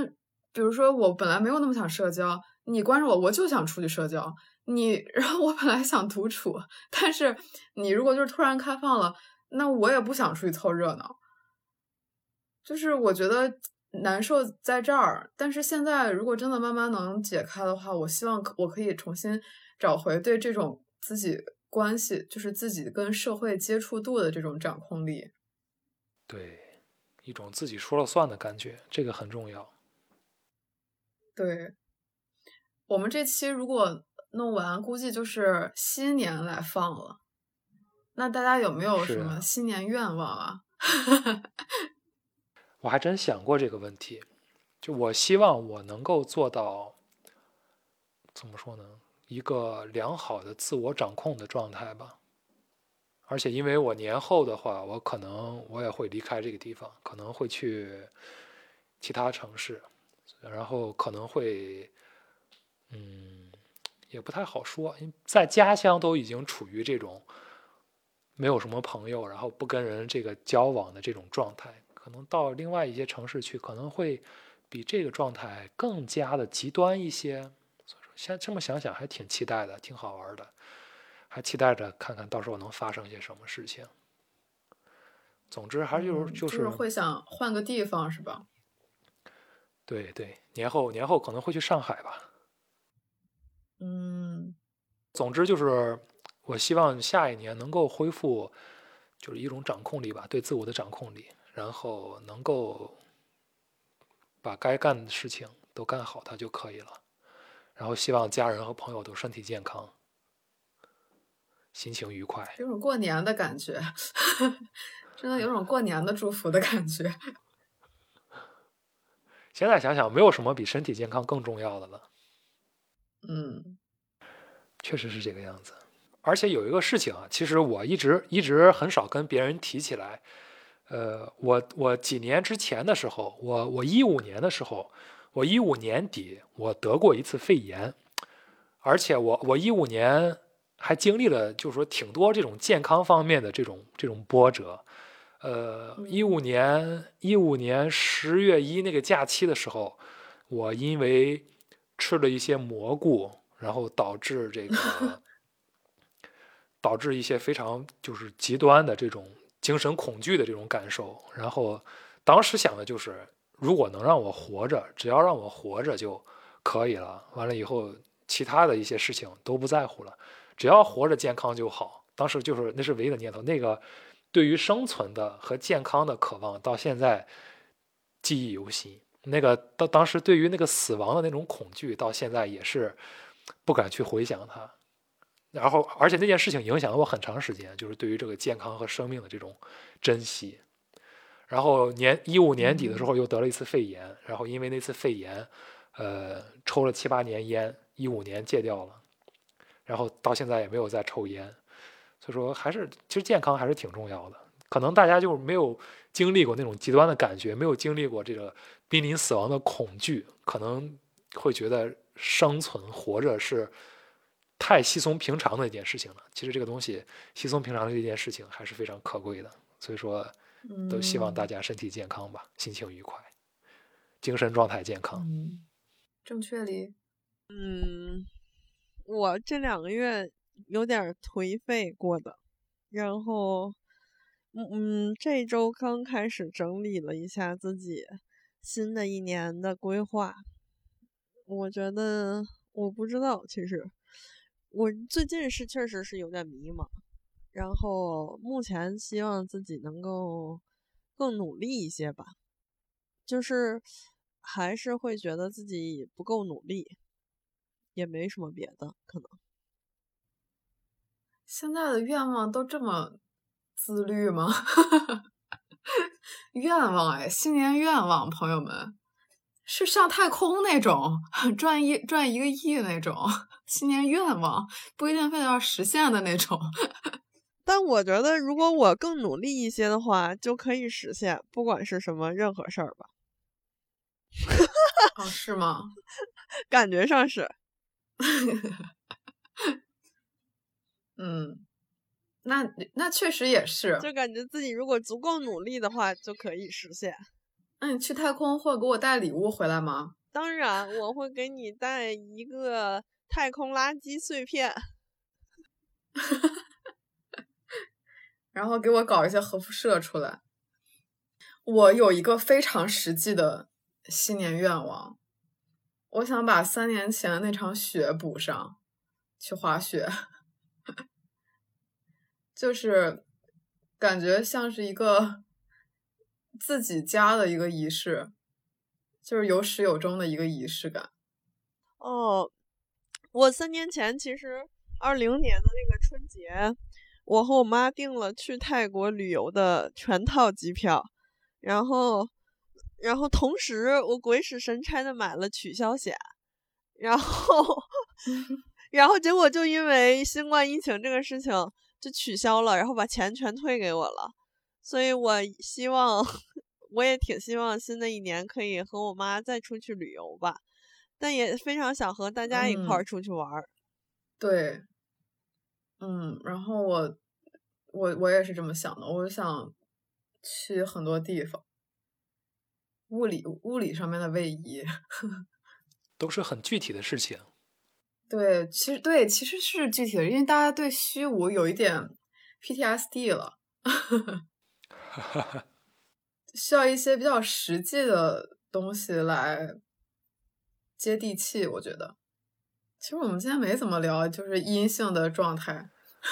比如说我本来没有那么想社交，你关着我，我就想出去社交。你，然后我本来想独处，但是你如果就是突然开放了，那我也不想出去凑热闹。就是我觉得难受在这儿，但是现在如果真的慢慢能解开的话，我希望我可以重新找回对这种自己关系，就是自己跟社会接触度的这种掌控力。 对，一种自己说了算的感觉，这个很重要。 对，我们这期如果弄完，估计就是新年来放了。那大家有没有什么新年愿望啊？ 我还真想过这个问题，就我希望我能够做到，怎么说呢？一个良好的自我掌控的状态吧。而且因为我年后的话，我可能我也会离开这个地方，可能会去其他城市，然后可能会，嗯，也不太好说，在家乡都已经处于这种没有什么朋友，然后不跟人这个交往的这种状态，可能到另外一些城市去，可能会比这个状态更加的极端一些。所以说，现在这么想想还挺期待的，挺好玩的。还期待着看看到时候能发生些什么事情。总之还是就是、 嗯、就是会想换个地方是吧？ 对对，年后年后可能会去上海吧。 嗯， 总之就是我希望下一年能够恢复，就是一种掌控力吧，对自我的掌控力，然后能够把该干的事情都干好，它就可以了。然后希望家人和朋友都身体健康。心情愉快， 有种过年的感觉，真的有种过年的祝福的感觉。 现在想想，没有什么比身体健康更重要的了。 嗯， 确实是这个样子。而且有一个事情啊，其实我一直一直很少跟别人提起来。呃，我我几年之前的时候，我我一五年的时候，我一五年底我得过一次肺炎，而且我我一五年。还经历了，就是说挺多这种健康方面的这种这种波折。呃，一五年一五年十月一那个假期的时候，我因为吃了一些蘑菇，然后导致这个导致一些非常就是极端的这种精神恐惧的这种感受。然后当时想的就是，如果能让我活着，只要让我活着就可以了。完了以后，其他的一些事情都不在乎了。只要活着健康就好，当时就是那是唯一的念头。那个对于生存的和健康的渴望，到现在记忆犹新。那个当当时对于那个死亡的那种恐惧，到现在也是不敢去回想它。然后，而且那件事情影响了我很长时间，就是对于这个健康和生命的这种珍惜。然后年一五年底的时候又得了一次肺炎，然后因为那次肺炎，呃，抽了七八年烟，一五年戒掉了。然后到现在也没有再抽烟，所以说还是其实健康还是挺重要的。可能大家就没有经历过那种极端的感觉，没有经历过这个濒临死亡的恐惧，可能会觉得生存活着是太稀松平常的一件事情了。其实这个东西稀松平常的一件事情还是非常可贵的。所以说都希望大家身体健康吧，心情愉快，精神状态健康。 嗯，正确里， 嗯。我这两个月有点颓废过的，然后，嗯，这周刚开始整理了一下自己新的一年的规划。我觉得，我不知道，其实我最近是确实是有点迷茫，然后目前希望自己能够更努力一些吧，就是还是会觉得自己不够努力。也没什么别的可能。 现在的愿望都这么自律吗？愿望哎，新年愿望，朋友们是上太空那种，赚一赚一个亿那种新年愿望，不一定非得要实现的那种。 但我觉得，如果我更努力一些的话，就可以实现，不管是什么任何事儿吧。 哦，是吗？ 感觉上是。 嗯，那那确实也是， 就感觉自己如果足够努力的话，就可以实现。 那你去太空会给我带礼物回来吗？ 当然我会给你带一个太空垃圾碎片。 然后给我搞一些核辐射出来。我有一个非常实际的新年愿望，我想把三年前那场雪补上，去滑雪。就是感觉像是一个自己家的一个仪式，就是有始有终的一个仪式感。 哦，我三年前其实二零年的那个春节，我和我妈订了去泰国旅游的全套机票，然后，然后同时我鬼使神差的买了取消险，然后，然后结果就因为新冠疫情这个事情就取消了，然后把钱全退给我了，所以我希望，我也挺希望新的一年可以和我妈再出去旅游吧，但也非常想和大家一块儿出去玩。 嗯、对。嗯，然后我我我也是这么想的，我想去很多地方，物理物理上面的位移都是很具体的事情。 对，其实对，其实是具体的，因为大家对虚无有一点 P T S D 了，需要一些比较实际的东西来接地气，我觉得。其实我们今天没怎么聊，就是阴性的状态。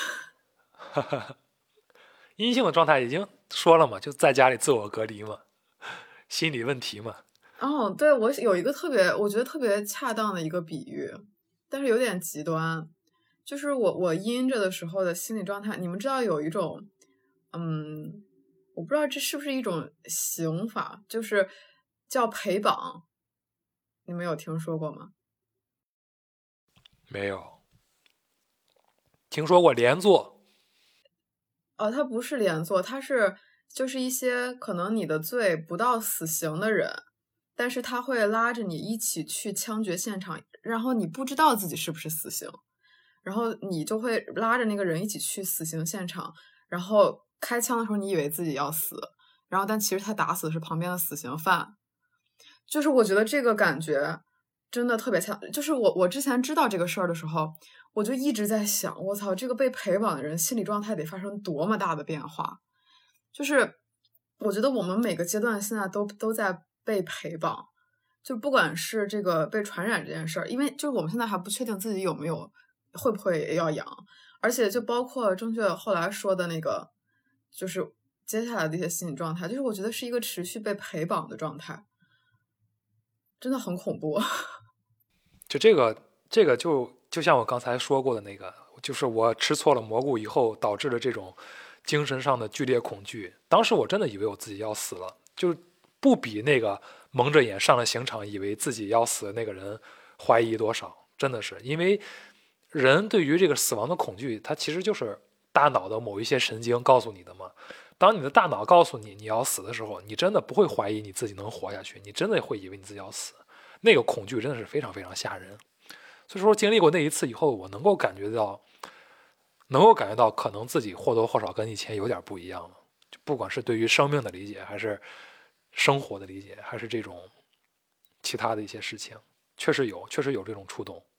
阴性的状态已经说了嘛，就在家里自我隔离嘛，心理问题嘛。 哦，对，我有一个特别，我觉得特别恰当的一个比喻，但是有点极端，就是我我阴着的时候的心理状态。你们知道有一种，嗯，我不知道这是不是一种刑法，就是叫陪绑，你们有听说过吗？ 没有，听说过连坐。 哦，它不是连坐，它是就是一些可能你的罪不到死刑的人，但是他会拉着你一起去枪决现场，然后你不知道自己是不是死刑，然后你就会拉着那个人一起去死刑现场，然后开枪的时候你以为自己要死，然后但其实他打死的是旁边的死刑犯。就是我觉得这个感觉真的特别强，就是我我之前知道这个事儿的时候，我就一直在想，我操，这个被陪绑的人心理状态得发生多么大的变化。就是我觉得我们每个阶段现在都都在被陪绑，就不管是这个被传染这件事儿，因为就是我们现在还不确定自己有没有会不会要阳，而且就包括正确后来说的那个，就是接下来的一些心理状态，就是我觉得是一个持续被陪绑的状态，真的很恐怖。 就这个这个就就像我刚才说过的那个，就是我吃错了蘑菇以后导致的这种精神上的剧烈恐惧。当时我真的以为我自己要死了，就不比那个蒙着眼上了刑场以为自己要死的那个人怀疑多少。真的是因为人对于这个死亡的恐惧，它其实就是大脑的某一些神经告诉你的嘛。当你的大脑告诉你你要死的时候，你真的不会怀疑你自己能活下去，你真的会以为你自己要死。那个恐惧真的是非常非常吓人。所以说经历过那一次以后，我能够感觉到能够感觉到可能自己或多或少跟以前有点不一样了，就不管是对于生命的理解，还是生活的理解，还是这种其他的一些事情，确实有确实有这种触动。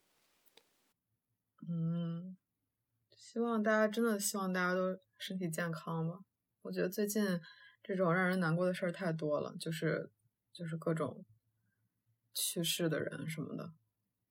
嗯，希望大家真的希望大家都身体健康吧。我觉得最近这种让人难过的事儿太多了，就是就是各种去世的人什么的，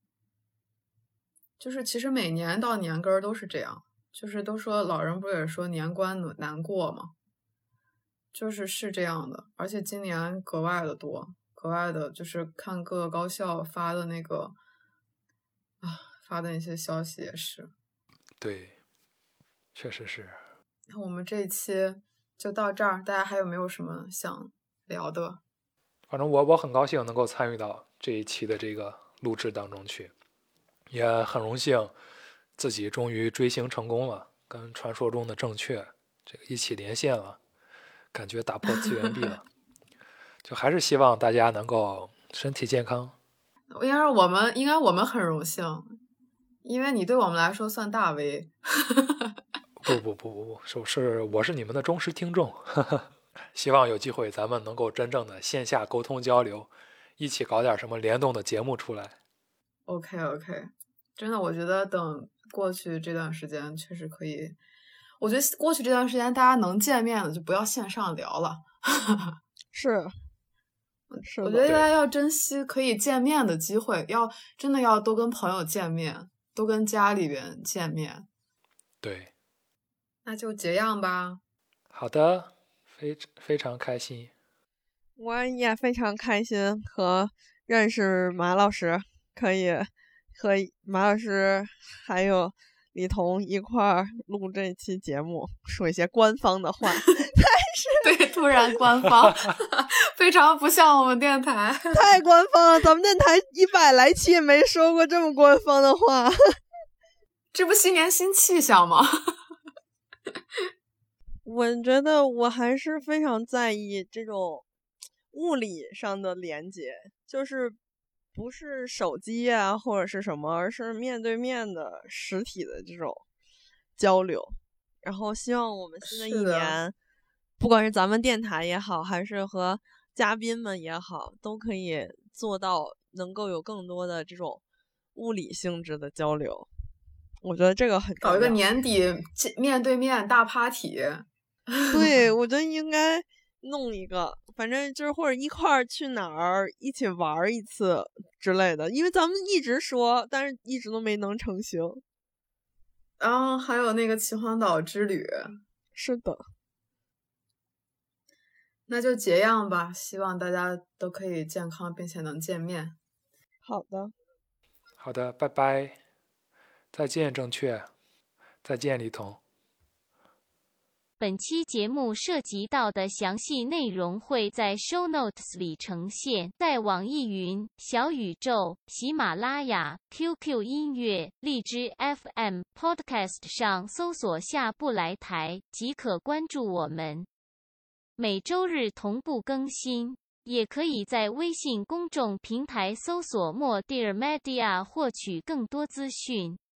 就是其实每年到年根儿都是这样，就是都说老人不是也说年关难过吗？就是是这样的，而且今年格外的多，格外的就是看各个高校发的那个啊发的那些消息也是。 对，确实是。 那我们这一期就到这儿，大家还有没有什么想聊的？ 反正我我很高兴能够参与到这一期的这个录制当中去，也很荣幸自己终于追星成功了，跟传说中的正确这个一起连线了，感觉打破次元壁了。就还是希望大家能够身体健康。 应该是我们应该我们很荣幸，因为你对我们来说算大 V。 不不不不不，是是我是你们的忠实听众。希望有机会咱们能够真正的线下沟通交流， 一起搞点什么联动的节目出来。 OK OK， 真的，我觉得等过去这段时间确实可以。我觉得过去这段时间大家能见面的就不要线上聊了。 是，是我觉得大家要珍惜可以见面的机会，要真的要多跟朋友见面，多跟家里边见面。 对， 那就这样吧。 好的，非非常开心。 我也非常开心和认识马老师，可以和马老师还有李彤一块儿录这期节目，说一些官方的话。但是对，突然官方，非常不像我们电台， 太官方了。咱们电台一百来期也没说过这么官方的话。 这不新年新气象吗？ 我觉得我还是非常在意这种物理上的连接，就是不是手机啊或者是什么，而是面对面的实体的这种交流。然后希望我们新的一年，不管是咱们电台也好，还是和嘉宾们也好，都可以做到能够有更多的这种物理性质的交流。我觉得这个很重要。 搞一个年底面对面大 party。 对，我觉得应该弄一个，反正就是或者一块儿去哪儿一起玩一次之类的，因为咱们一直说，但是一直都没能成型。 然后还有那个秦皇岛之旅。 是的。 那就这样吧，希望大家都可以健康并且能见面。 好的。 好的，拜拜。再见，正确。再见，李彤。 本期节目涉及到的详细内容会在 show notes 里呈现，在网易云、小宇宙、喜马拉雅、Q Q 音乐、荔枝 F M、Podcast 上搜索下不来台即可关注我们。每周日同步更新，也可以在微信公众平台搜索 More Dear Media 获取更多资讯。